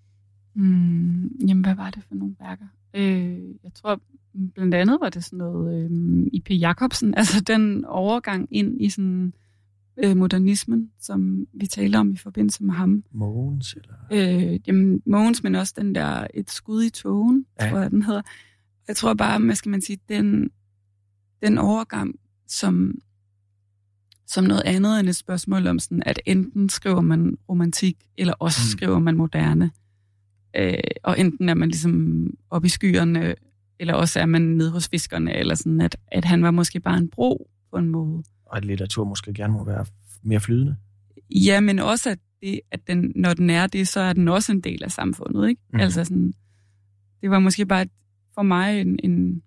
Mm, jamen, hvad var det for nogle værker? Øh, jeg tror, blandt andet var det sådan noget øh, I P Jacobsen, altså den overgang ind i sådan øh, modernismen, som vi taler om i forbindelse med ham. Mogens, eller? Øh, jamen, Mogens, men også den der Et skud i tågen, ja. Tror jeg, den hedder. Jeg tror bare, hvad skal man sige, den, den overgang, som som noget andet end et spørgsmål om sådan, at enten skriver man romantik, eller også mm. skriver man moderne. Øh, og enten er man ligesom oppe i skyerne, eller også er man nede hos fiskerne, eller sådan, at, at han var måske bare en bro på en måde. Og at litteratur måske gerne må være mere flydende? Ja, men også, at, det, at den, når den er det, så er den også en del af samfundet, ikke? Mm. Altså sådan, det var måske bare for mig en, en,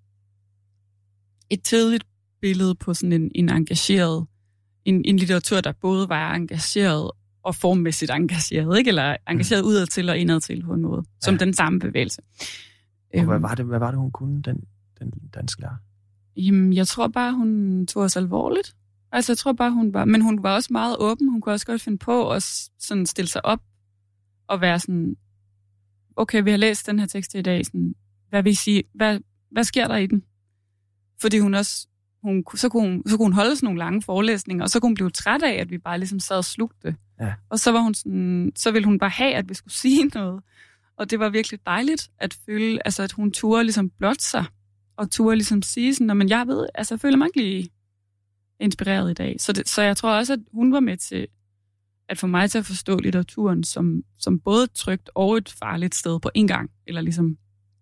et tidligt billede på sådan en, en engageret En, en litteratur, der både var engageret og formmæssigt engageret, ikke? Eller engageret mm. udadtil og indadtil på en måde, ja. Som den samme bevægelse. Og hvad var det, hvad var det hun kunne, den, den dansklærer? Jamen, jeg tror bare, hun tog os alvorligt. Altså, jeg tror bare, hun var... Men hun var også meget åben. Hun kunne også godt finde på at sådan stille sig op og være sådan, okay, vi har læst den her tekst i dag, sådan, hvad vil I sige? Hvad, hvad sker der i den? Fordi hun også... Hun, så, kunne hun, så kunne hun holde sådan nogle lange forelæsninger, og så kunne hun blive træt af, at vi bare ligesom sad og slugte. Ja. Og så var hun sådan, så ville hun bare have, at vi skulle sige noget. Og det var virkelig dejligt at føle, altså at hun turde ligesom blot sig, og turde ligesom sige sådan, men jeg ved, altså jeg føler mig ikke lige inspireret i dag. Så, det, så jeg tror også, at hun var med til at få mig til at forstå litteraturen som, som både et trygt og et farligt sted på en gang. Eller ligesom,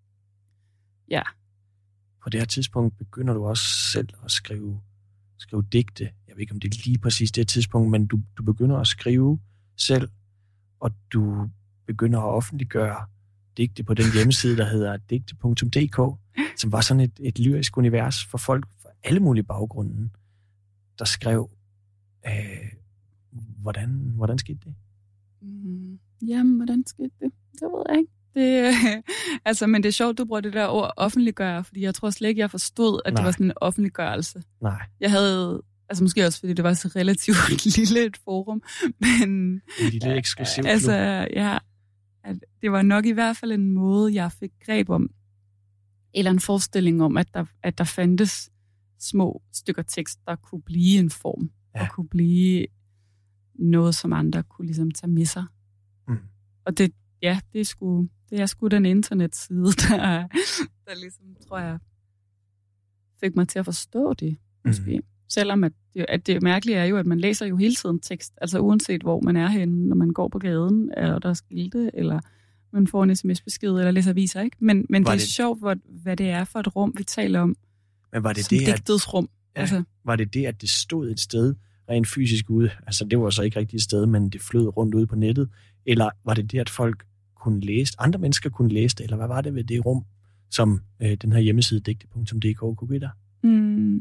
ja. På det her tidspunkt begynder du også selv at skrive, skrive digte. Jeg ved ikke, om det er lige præcis det tidspunkt, men du, du begynder at skrive selv, og du begynder at offentliggøre digte på den hjemmeside, der hedder digte punktum d k, som var sådan et, et lyrisk univers for folk fra alle mulige baggrunde, der skrev, øh, hvordan, hvordan skete det? Mm, jamen, hvordan skete det? Det ved jeg ikke. Det, altså, men det er sjovt, du bruger det der ord offentliggøre, fordi jeg tror slet ikke, jeg forstod, at Nej. Det var sådan en offentliggørelse. Nej. Jeg havde, altså måske også, fordi det var så relativt lille et forum, men... En lille eksklusiv klub. Altså, ja, at det var nok i hvert fald en måde, jeg fik greb om, eller en forestilling om, at der, at der fandtes små stykker tekst, der kunne blive en form, ja. Og kunne blive noget, som andre kunne ligesom tage med sig. Mm. Og det, ja, det er sgu... Det er sgu den internetside, der, der ligesom, tror jeg, fik mig til at forstå det, måske. Mm. Selvom at det, at det mærkelige er jo, at man læser jo hele tiden tekst, altså uanset hvor man er henne, når man går på gaden, eller der er skilte, eller man får en sms-besked, eller læser aviser, ikke? Men, men det er det... sjovt, hvad, hvad det er for et rum, vi taler om. Men var det som det, digtets rum. Ja, altså. Var det det, at det stod et sted, rent fysisk ude, altså det var så ikke rigtigt et sted, men det flød rundt ude på nettet, eller var det det, at folk kunne læse, andre mennesker kunne læse det, eller hvad var det ved det rum, som øh, den her hjemmeside digte punktum d k kunne give dig? Mm.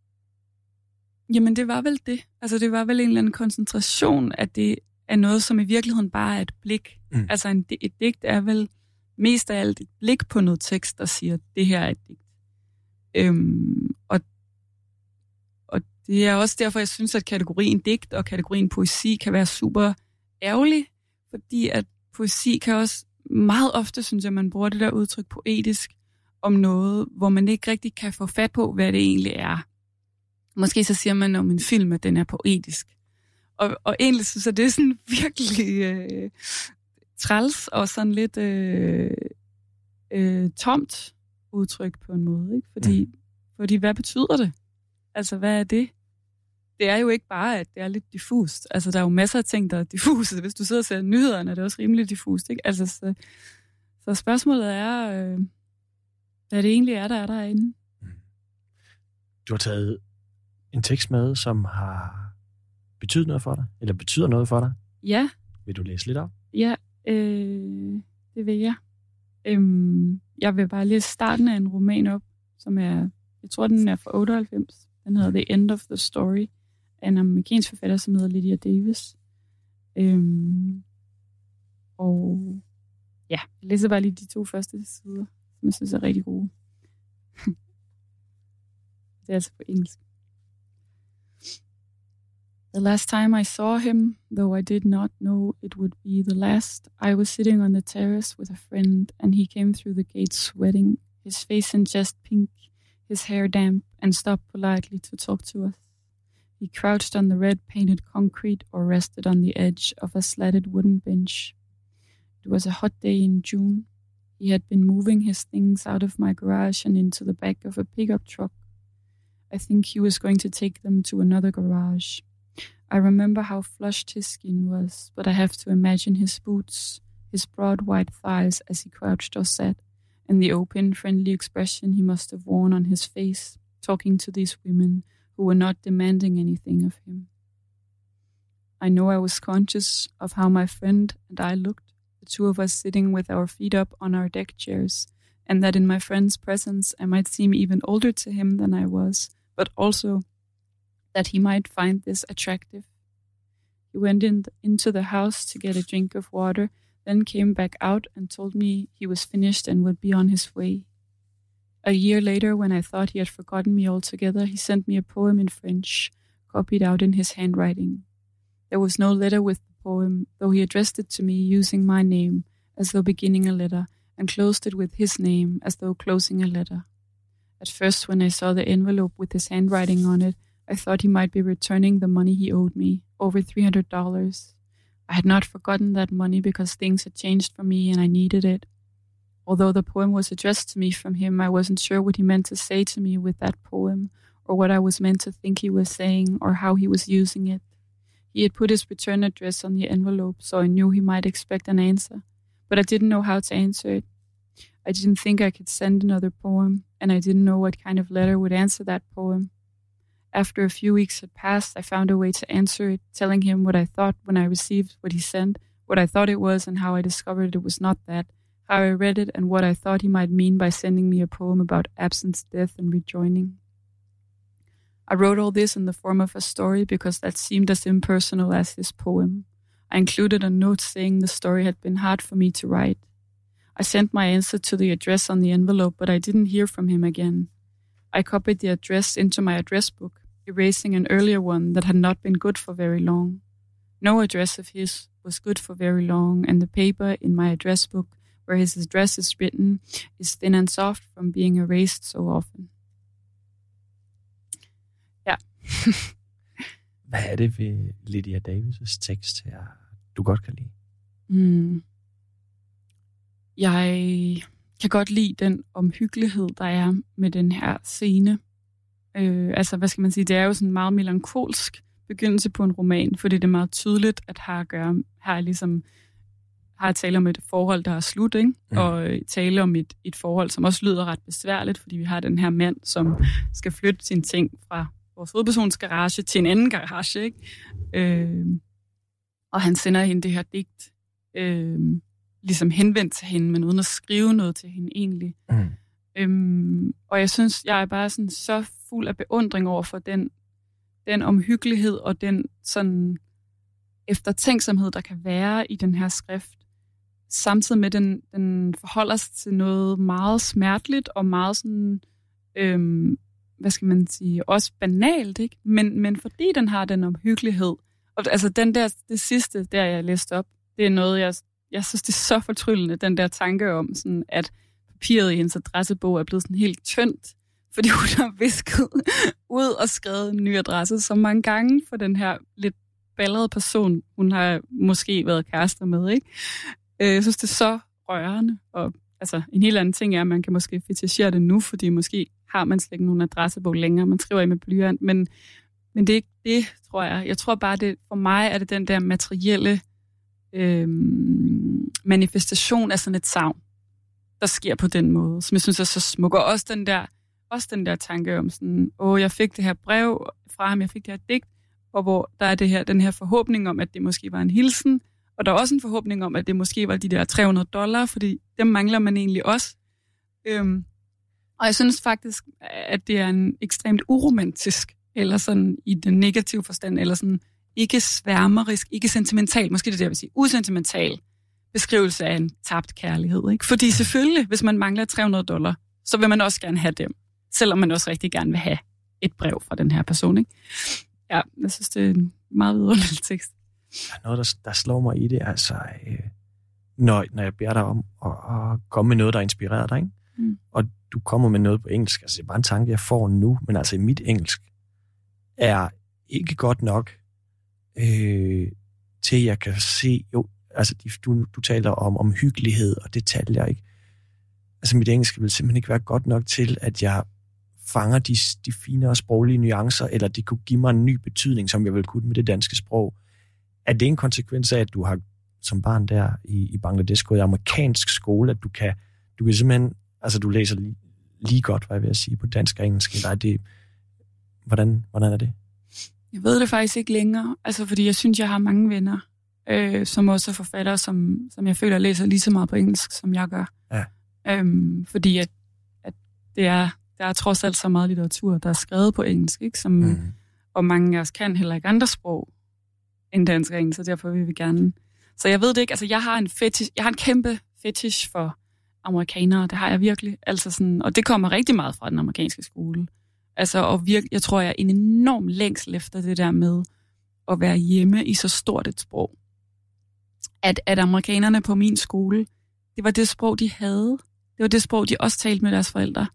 Jamen, det var vel det. Altså, det var vel en eller anden koncentration af det, af noget, som i virkeligheden bare er et blik. Mm. Altså, en, et digt er vel mest af alt et blik på noget tekst, der siger, det her er et digt. Øhm, og, og det er også derfor, jeg synes, at kategorien digt og kategorien poesi kan være super ærgerlig, fordi at poesi kan også meget ofte, synes jeg, man bruger det der udtryk poetisk om noget, hvor man ikke rigtig kan få fat på, hvad det egentlig er. Måske så siger man om en film, at den er poetisk. Og, og egentlig synes jeg, det er sådan virkelig øh, træls og sådan lidt øh, øh, tomt udtryk på en måde. Ikke? Fordi, mm. fordi hvad betyder det? Altså, hvad er det? Det er jo ikke bare, at det er lidt diffust. Altså, der er jo masser af ting, der er diffuse. Hvis du sidder og ser nyhederne, er det også rimelig diffust. Ikke? Altså, så, så spørgsmålet er, øh, hvad det egentlig er, der er derinde. Du har taget en tekst med, som har betydet noget for dig? Eller betyder noget for dig? Ja. Vil du læse lidt op? Ja, øh, det vil jeg. Øhm, jeg vil bare læse starten af en roman op, som er, jeg tror, den er fra otteoghalvfems. Den hedder The End of the Story, af en amerikansk forfatter, som hedder Lydia Davis. Øhm, og ja, jeg læser bare lige de to første sider, som jeg synes er rigtig gode. Det er altså på engelsk. The last time I saw him, though I did not know it would be the last, I was sitting on the terrace with a friend, and he came through the gate sweating, his face in just pink, his hair damp, and stopped politely to talk to us. He crouched on the red-painted concrete or rested on the edge of a slatted wooden bench. It was a hot day in June. He had been moving his things out of my garage and into the back of a pickup truck. I think he was going to take them to another garage. I remember how flushed his skin was, but I have to imagine his boots, his broad white thighs as he crouched or sat, and the open, friendly expression he must have worn on his face, talking to these women who were not demanding anything of him. I know I was conscious of how my friend and I looked, the two of us sitting with our feet up on our deck chairs, and that in my friend's presence I might seem even older to him than I was, but also that he might find this attractive. He went in th- into the house to get a drink of water, then came back out and told me he was finished and would be on his way. A year later, when I thought he had forgotten me altogether, he sent me a poem in French, copied out in his handwriting. There was no letter with the poem, though he addressed it to me using my name, as though beginning a letter, and closed it with his name, as though closing a letter. At first, when I saw the envelope with his handwriting on it, I thought he might be returning the money he owed me, over three hundred dollars. I had not forgotten that money because things had changed for me and I needed it. Although the poem was addressed to me from him, I wasn't sure what he meant to say to me with that poem, or what I was meant to think he was saying, or how he was using it. He had put his return address on the envelope, so I knew he might expect an answer, but I didn't know how to answer it. I didn't think I could send another poem, and I didn't know what kind of letter would answer that poem. After a few weeks had passed, I found a way to answer it, telling him what I thought when I received what he sent, what I thought it was and how I discovered it was not that, how I read it and what I thought he might mean by sending me a poem about absence, death, and rejoining. I wrote all this in the form of a story because that seemed as impersonal as his poem. I included a note saying the story had been hard for me to write. I sent my answer to the address on the envelope, but I didn't hear from him again. I copied the address into my address book, erasing an earlier one that had not been good for very long. No address of his was good for very long, and the paper in my address book where his address is written is thin and soft from being erased so often. Ja. Hvad er det ved Lydia Davis' tekst her, du godt kan lide? Mm. Jeg kan godt lide den omhyggelighed, der er med den her scene. Øh, altså, hvad skal man sige, det er jo sådan en meget melankolsk begyndelse på en roman, fordi det er meget tydeligt, at her at gøre, her er ligesom, her er tale om et forhold, der er slut, ikke? Mm. Og tale om et, et forhold, som også lyder ret besværligt, fordi vi har den her mand, som skal flytte sine ting fra vores hovedpersons garage til en anden garage, ikke? Øh, og han sender hende det her digt, øh, ligesom henvendt til hende, men uden at skrive noget til hende egentlig. Mm. Øhm, og jeg synes, jeg er bare sådan så fuld af beundring over for den, den omhyggelighed og den sådan eftertænksomhed, der kan være i den her skrift, samtidig med, den, den forholder sig til noget meget smerteligt og meget sådan, øhm, hvad skal man sige, også banalt, ikke? Men, men fordi den har den omhyggelighed, og altså den der, det sidste, der jeg læste op, det er noget, jeg, jeg synes, det er så fortryllende, den der tanke om, sådan, at papiret i hendes adressebog er blevet sådan helt tyndt, fordi hun har visket ud og skrevet en ny adresse så mange gange for den her lidt ballede person, hun har måske været kærester med, ikke? Jeg synes, det er så rørende, og altså, en helt anden ting er, at man kan måske fetishere det nu, fordi måske har man slet ikke nogen adressebog længere, man skriver i med blyant, men, men det er ikke det, tror jeg. Jeg tror bare, det for mig er det den der materielle øhm, manifestation af sådan et savn, der sker på den måde, som jeg synes er så smuk. Og også den der, også den der tanke om sådan, åh, jeg fik det her brev fra ham, jeg fik det her digt, og hvor der er det her, den her forhåbning om, at det måske var en hilsen, og der er også en forhåbning om, at det måske var de der tre hundrede dollar, fordi dem mangler man egentlig også. Øhm, og jeg synes faktisk, at det er en ekstremt uromantisk, eller sådan i den negative forstand, eller sådan ikke sværmerisk, ikke sentimental, måske det er det, jeg vil sige, usentimental beskrivelse af en tabt kærlighed. Ikke? Fordi selvfølgelig, hvis man mangler tre hundrede dollar, så vil man også gerne have dem, selvom man også rigtig gerne vil have et brev fra den her person. Ikke? Ja, jeg synes, det er en meget vidunderlig tekst. Der er noget, der, der slår mig i det, altså, øh, når, når jeg beder dig om at, at komme med noget, der inspirerer dig, ikke? Mm. Og du kommer med noget på engelsk, altså det er bare en tanke, jeg får nu, men altså mit engelsk er ikke godt nok øh, til, jeg kan se, jo, altså du, du taler om omhyggelighed og detaljer, ikke? Altså mit engelsk vil simpelthen ikke være godt nok til, at jeg fanger de, de finere sproglige nuancer, eller det kunne give mig en ny betydning, som jeg vil kunne med det danske sprog. Er det en konsekvens af, at du har som barn der i, i Bangladesh gået i amerikansk skole, at du kan, du kan simpelthen, altså du læser lige, lige godt, hvad jeg vil sige, på dansk og engelsk, eller er det, hvordan, hvordan er det? Jeg ved det faktisk ikke længere, altså fordi jeg synes, jeg har mange venner, øh, som også er forfattere, som, som jeg føler læser lige så meget på engelsk, som jeg gør. Ja. Øhm, fordi at, at det er, der er trods alt så meget litteratur, der er skrevet på engelsk, ikke? Som, mm. og mange af os kan heller ikke andre sprog end dansk og engelsk, så derfor vil vi gerne. Så jeg ved det ikke, altså jeg har en fetish, jeg har en kæmpe fetish for amerikanere, det har jeg virkelig, altså sådan, og det kommer rigtig meget fra den amerikanske skole. Altså, og virkelig, jeg tror, jeg er en enorm længsel efter det der med at være hjemme i så stort et sprog. At, at amerikanerne på min skole, det var det sprog, de havde. Det var det sprog, de også talte med deres forældre.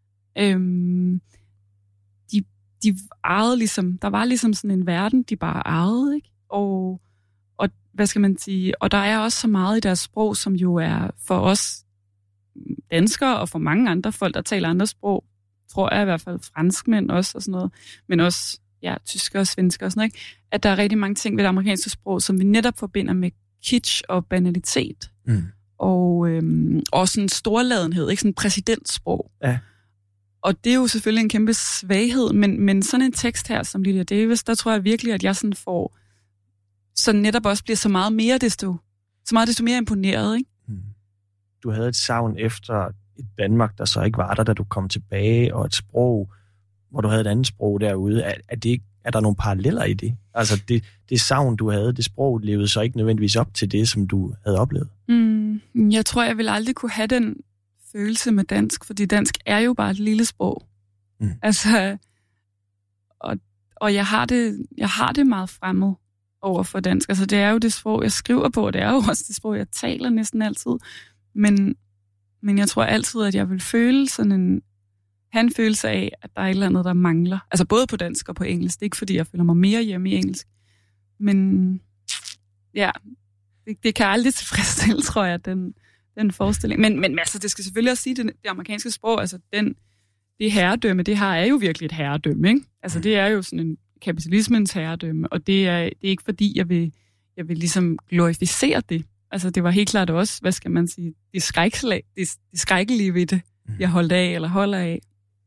Øhm, de, de ejede ligesom, der var ligesom sådan en verden, de bare ejede, ikke? Og, og hvad skal man sige, og der er også så meget i deres sprog, som jo er for os danskere og for mange andre folk, der taler andre sprog, tror jeg i hvert fald franskmænd også og sådan noget, men også ja, tysker og svensker og sådan noget, ikke? At der er rigtig mange ting ved det amerikanske sprog, som vi netop forbinder med kitsch og banalitet. Mm. Og øhm, også en storladenhed, ikke? Sådan en præsidentsprog. Ja. Og det er jo selvfølgelig en kæmpe svaghed, men, men sådan en tekst her, som Lydia Davis, der tror jeg virkelig, at jeg sådan får, så netop også bliver så meget mere desto, så meget desto mere imponeret, ikke? Mm. Du havde et savn efter et Danmark, der så ikke var der, da du kom tilbage, og et sprog, hvor du havde et andet sprog derude. Er, er, det ikke, er der nogle paralleller i det? Altså det, det savn, du havde, det sprog, levede så ikke nødvendigvis op til det, som du havde oplevet? Mm, jeg tror, jeg ville aldrig kunne have den følelse med dansk, fordi dansk er jo bare et lille sprog. Mm. Altså, og, og jeg har det, jeg har det meget fremmed over for dansk. Altså, det er jo det sprog, jeg skriver på, det er jo også det sprog, jeg taler næsten altid. Men, men jeg tror altid, at jeg vil føle sådan en, have en følelse af, at der er et eller andet, der mangler. Altså både på dansk og på engelsk. Det er ikke, fordi jeg føler mig mere hjemme i engelsk. Men ja, det, det kan aldrig tilfredsstille, tror jeg, den, den forestilling. Men, men altså, det skal selvfølgelig også sige, det, det amerikanske sprog, altså den, det herredømme, det har er jo virkelig et herredømme, ikke? Altså det er jo sådan en kapitalismens herredømme, og det er, det er ikke fordi, jeg vil, jeg vil ligesom glorificere det. Altså det var helt klart også, hvad skal man sige, det skrækkelige, det, det skrækkelige ved det, jeg holdt af eller holder af.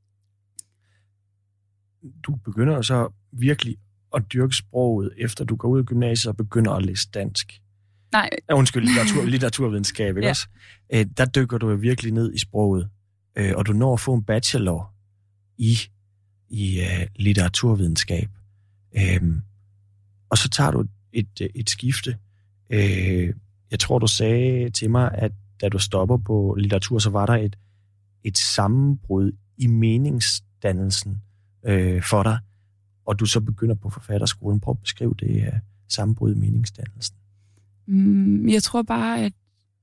Du begynder så virkelig at dyrke sproget, efter du går ud af gymnasiet og begynder at læse dansk. Nej. Ja, undskyld, litteratur, litteraturvidenskab, ikke ja. Også? Æ, der dykker du virkelig ned i sproget, øh, og du når at få en bachelor i, i uh, litteraturvidenskab. Æm, og så tager du et, et skifte. Øh, Jeg tror, du sagde til mig, at da du stopper på litteratur, så var der et, et sammenbrud i meningsdannelsen øh, for dig, og du så begynder på forfatterskolen. Prøv at beskrive det her sammenbrud i meningsdannelsen. Mm, jeg tror bare, at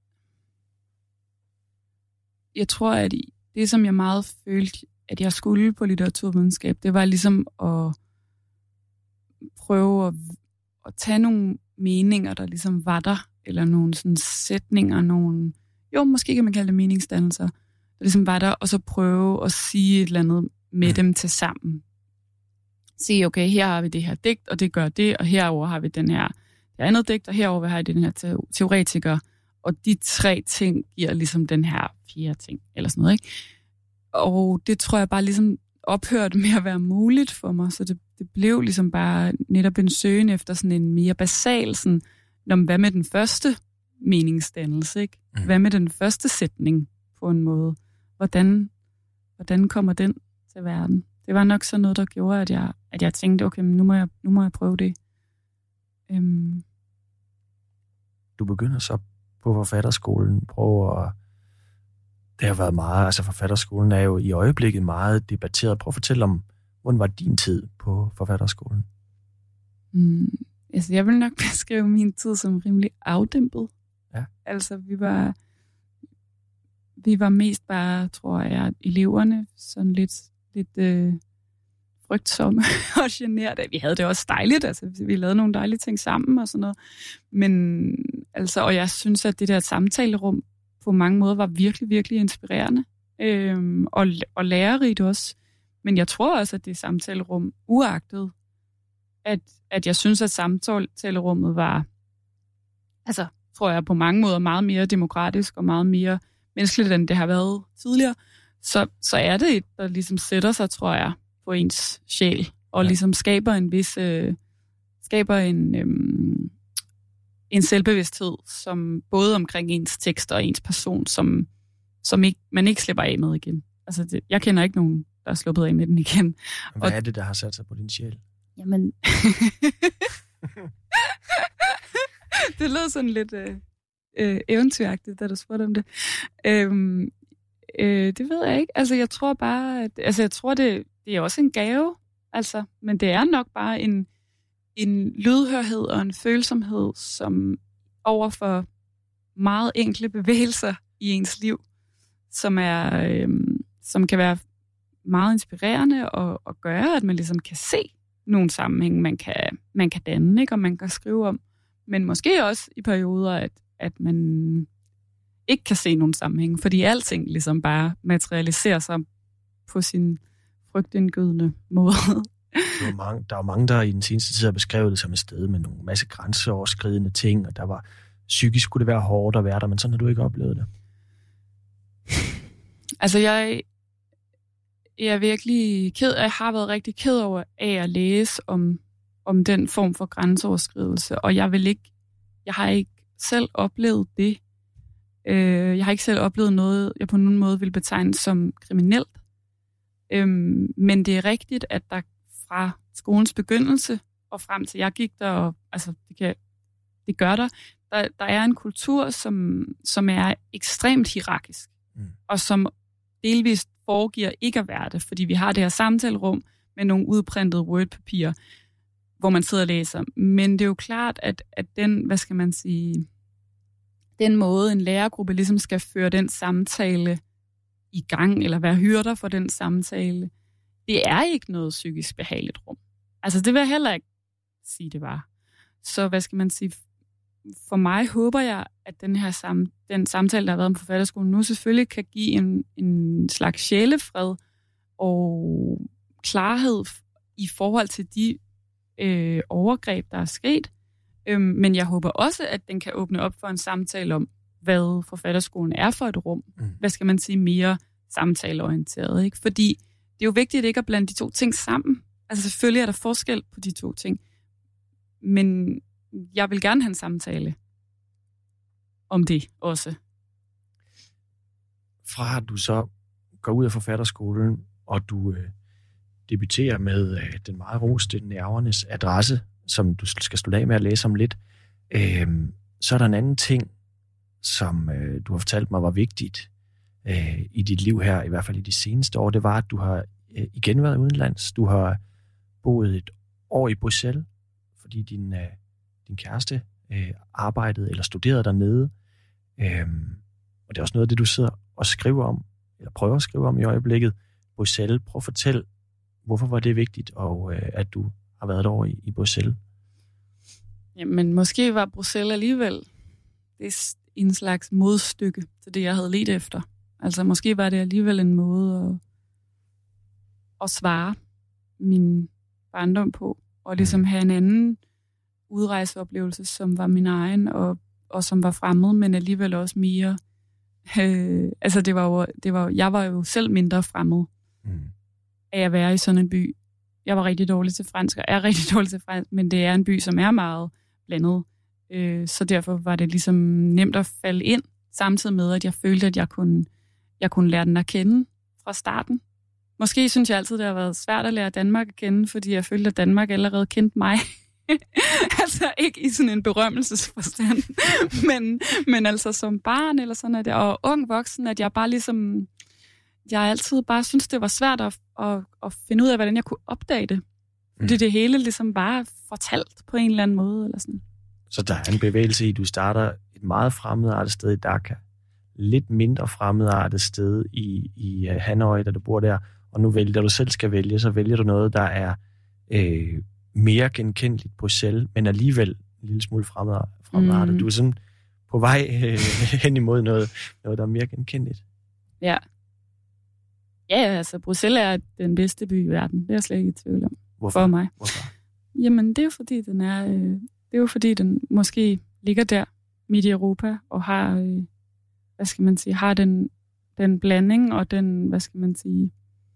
jeg tror, at det, som jeg meget følte, at jeg skulle på litteraturvidenskab, det var ligesom at prøve at, at tage nogle meninger, der ligesom var der, eller nogle sådan sætninger, nogle, jo, måske kan man kalde det meningsdannelser, der ligesom var der, og så prøve at sige et eller andet med mm. dem til sammen. Sige, okay, her har vi det her digt, og det gør det, og herover har vi den her det andet digt, og herover har vi den her teoretiker, og de tre ting giver ligesom den her fjerde ting, eller sådan noget, ikke? Og det tror jeg bare ligesom ophørte med at være muligt for mig, så det, det blev ligesom bare netop en søgen efter sådan en mere basal, sådan, hvad med den første meningsdannelse, ikke? Mm. Hvad med den første sætning på en måde? Hvordan, hvordan kommer den til verden? Det var nok sådan noget, der gjorde, at jeg, at jeg tænkte, okay, men nu må jeg, nu må jeg prøve det. Øhm. Du begynder så på forfatterskolen, prøve at... Det har været meget, altså forfatterskolen er jo i øjeblikket meget debatteret. Prøv at fortælle om, hvordan var din tid på forfatterskolen? Mm, altså, jeg vil nok beskrive min tid som rimelig afdæmpet. Ja. Altså, vi var, vi var mest bare, tror jeg, eleverne, sådan lidt, lidt øh, frygtsomme og generede. Vi havde det også dejligt, altså, vi lavede nogle dejlige ting sammen og sådan noget. Men, altså, og jeg synes, at det der samtalerum på mange måder var virkelig, virkelig inspirerende øhm, og, og lærerigt også. Men jeg tror også, at det samtalerum, uagtet, at, at jeg synes, at samtalerummet var, altså, tror jeg, på mange måder meget mere demokratisk og meget mere menneskeligt, end det har været tidligere, så, så er det et, der ligesom sætter sig, tror jeg, på ens sjæl, og ja. ligesom skaber en vis, øh, skaber en... Øhm, en selvbevidsthed, som både omkring ens tekst og ens person, som, som ikke, man ikke slipper af med igen. Altså, det, jeg kender ikke nogen, der er sluppet af med den igen. Hvad og, er det, der har sat sig på din sjæl? Jamen... det lød sådan lidt øh, øh, eventyragtigt, da du spurgte om det. Øhm, øh, det ved jeg ikke. Altså, jeg tror bare, at, altså, jeg tror, det, det er også en gave, altså, men det er nok bare en en lydhørhed og en følsomhed, som overfor meget enkle bevægelser i ens liv, som er, øhm, som kan være meget inspirerende og, og gøre, at man ligesom kan se nogle sammenhænge, man kan, man kan danne, ikke? Og man kan skrive om. Men måske også i perioder, at, at man ikke kan se nogen sammenhænge, fordi alting ligesom bare materialiserer sig på sin frygtindgydende måde. Der er, mange, der er mange, der i den seneste tid har beskrevet det som et sted med nogle masse grænseoverskridende ting, og der var psykisk skulle det være hårdt at være der, men sådan har du ikke oplevet det. Altså, jeg, jeg er virkelig ked, jeg har været rigtig ked over af at læse om, om den form for grænseoverskridelse, og jeg vil ikke, jeg har ikke selv oplevet det. Øh, jeg har ikke selv oplevet noget, jeg på nogen måde vil betegne som kriminelt. Øh, men det er rigtigt, at der fra skolens begyndelse og frem til jeg gik der, og altså det, kan, det gør der, der, der er en kultur, som, som er ekstremt hierarkisk, mm. og som delvist foregiver ikke at være det, fordi vi har det her samtalerum med nogle udprintede wordpapirer, hvor man sidder og læser. Men det er jo klart, at, at den, hvad skal man sige, den måde, en lærergruppe ligesom skal føre den samtale i gang, eller være hyrder for den samtale, det er ikke noget psykisk behageligt rum. Altså, det vil jeg heller ikke sige, det var. Så hvad skal man sige? For mig håber jeg, at den her sam- den samtale, der har været om forfatterskolen, nu selvfølgelig kan give en, en slags sjælefred og klarhed i forhold til de øh, overgreb, der er sket. Øhm, men jeg håber også, at den kan åbne op for en samtale om, hvad forfatterskolen er for et rum. Mm. Hvad skal man sige? Mere samtaleorienteret, ikke? Fordi det er jo vigtigt ikke at blande de to ting sammen. Altså selvfølgelig er der forskel på de to ting. Men jeg vil gerne have en samtale om det også. Fra du så går ud af forfatterskolen, og du øh, debuterer med øh, den meget roste Nervernes adresse, som du skal slutte af med at læse om lidt, øh, så er der en anden ting, som øh, du har fortalt mig var vigtigt øh, i dit liv her, i hvert fald i de seneste år, det var, at du har øh, igen været udenlands. Du har boet et år i Bruxelles, fordi din, øh, din kæreste øh, arbejdede eller studerede dernede. Øh, og det er også noget af det, du sidder og skriver om, eller prøver at skrive om i øjeblikket. Bruxelles, prøv at fortælle, hvorfor var det vigtigt, og øh, at du har været derovre i, i Bruxelles? Jamen, måske var Bruxelles alligevel det er en slags modstykke til det, jeg havde ledt efter. Altså, måske var det alligevel en måde at, at svare min barndom på, og ligesom have en anden udrejseoplevelse, som var min egen, og, og som var fremmed, men alligevel også mere... Øh, altså, det var jo, det var, jeg var jo selv mindre fremmed mm. af at være i sådan en by. Jeg var rigtig dårlig til fransk, og er rigtig dårlig til fransk, men det er en by, som er meget blandet. Øh, så derfor var det ligesom nemt at falde ind, samtidig med, at jeg følte, at jeg kunne, jeg kunne lære den at kende fra starten. Måske synes jeg altid, det har været svært at lære Danmark at kende, fordi jeg følte, at Danmark allerede kendte mig. Altså ikke i sådan en berømmelsesforstand, men, men altså som barn eller sådan, at jeg, og ung voksen, at jeg bare ligesom, jeg altid bare synes, det var svært at, at, at finde ud af, hvordan jeg kunne opdage det. Fordi mm. det hele ligesom bare fortalt på en eller anden måde. Eller sådan. Så der er en bevægelse i, at du starter et meget fremmedartet sted i Dhaka, lidt mindre fremmedartet sted i, i Hanoi, da du bor der, og nu vælger, da du selv skal vælge, så vælger du noget, der er øh, mere genkendeligt Bruxelles, men alligevel en lille smule fremmedartet. Mm. Du er sådan på vej øh, hen imod noget, noget, der er mere genkendeligt. Ja. Ja, altså Bruxelles er den bedste by i verden. Det er jeg slet ikke i tvivl om. Hvorfor? For mig. Hvorfor? Jamen, det er jo fordi, den er... Øh, det er jo fordi, den måske ligger der midt i Europa, og har, øh, hvad skal man sige, har den, den blanding, og den, hvad skal man sige,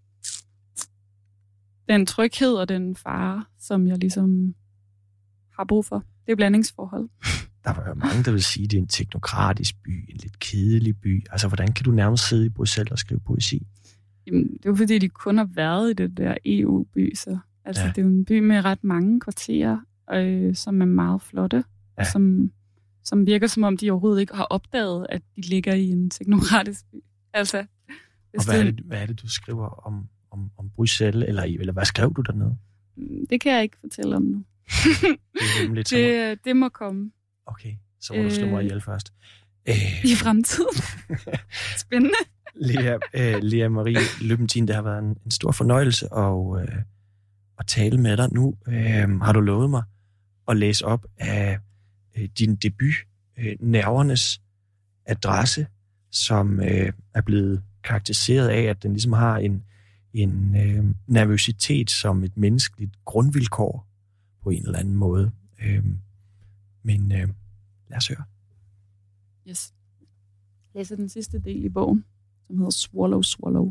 den tryghed og den fare, som jeg ligesom har brug for. Det er blandingsforhold. Der var jo mange, der vil sige, at det er en teknokratisk by, en lidt kedelig by. Altså, hvordan kan du nærmest sidde i Bruxelles og skrive poesi? Jamen, det er jo fordi, de kun har været i det der E U-by, så altså, ja. Det er jo en by med ret mange kvarterer, øh, som er meget flotte, ja. og som, som virker som om, de overhovedet ikke har opdaget, at de ligger i en teknokratisk by. Altså, og hvad er, det, hvad er det, du skriver om, om, om Bruxelles, eller, eller hvad skrev du dernede? Det kan jeg ikke fortælle om nu. det, er hemmeligt, det, det må komme. Okay, så må øh, du slå mig ihjel først. Øh, I fremtiden. Spændende. Lea, øh, Lea Marie Løbentin, det har været en, en stor fornøjelse at, øh, at tale med dig. Nu øh, har du lovet mig at læse op af øh, din debut, øh, Nervernes adresse, som øh, er blevet karakteriseret af, at den ligesom har en, en øh, nervøsitet som et menneskeligt grundvilkår på en eller anden måde. Øh, men øh, lad os høre. Yes. Jeg læser den sidste del i bogen, som hedder Swallow, Swallow.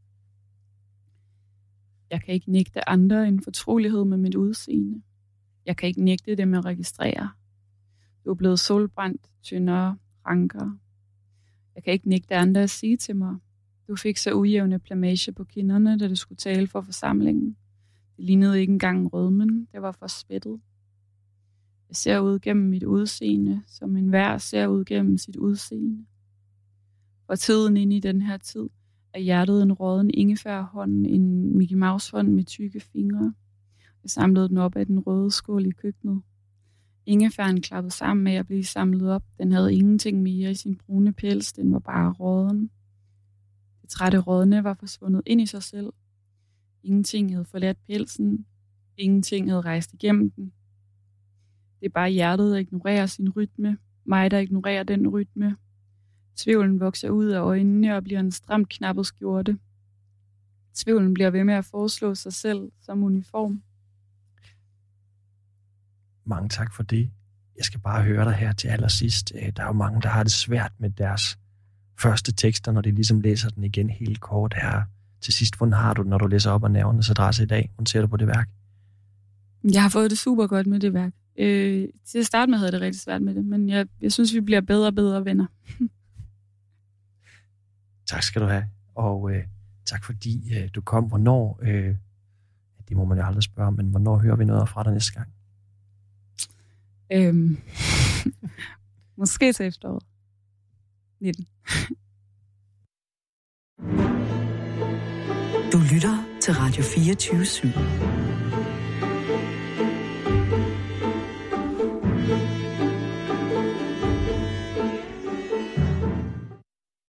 Jeg kan ikke nægte andre en fortrolighed med mit udseende. Jeg kan ikke nægte dem at registrere. Du er blevet solbrændt, tyndere, rankere. Jeg kan ikke nægte andre at sige til mig. Du fik så ujævne plamage på kinderne, da du skulle tale for forsamlingen. Det lignede ikke engang rødmen. Det var for spættet. Jeg ser ud gennem mit udseende, som enhver ser ud gennem sit udseende. For tiden ind i den her tid er hjertet en rådden ingefærhånd, en Mickey Mouse-hånd med tykke fingre. Jeg samlede den op af den røde skål i køkkenet. Ingefæren klappede sammen med at blive samlet op. Den havde ingenting mere i sin brune pels, den var bare rådden. Det trætte rådne var forsvundet ind i sig selv. Ingenting havde forladt pelsen. Ingenting havde rejst igennem den. Det er bare hjertet, der ignorerer sin rytme. Mig, der ignorerer den rytme. Tvivlen vokser ud af øjnene og bliver en stramt knappet skjorte. Tvivlen bliver ved med at foreslå sig selv som uniform. Mange tak for det. Jeg skal bare høre dig her til allersidst. Der er jo mange, der har det svært med deres første tekster, når de ligesom læser den igen helt kort her. Til sidst, hvordan har du det, når du læser op af Nervernes adresse i dag? Hvordan ser du på det værk? Jeg har fået det super godt med det værk. Øh, til at starte med havde jeg det rigtig svært med det, men jeg, jeg synes, vi bliver bedre og bedre venner. Tak skal du have, og øh, tak fordi øh, du kom. Hvornår, øh, det må man jo aldrig spørge, men hvornår hører vi noget fra dig næste gang? Øhm, måske til efteråret. nitten. Du lytter til Radio fireogtyve syv.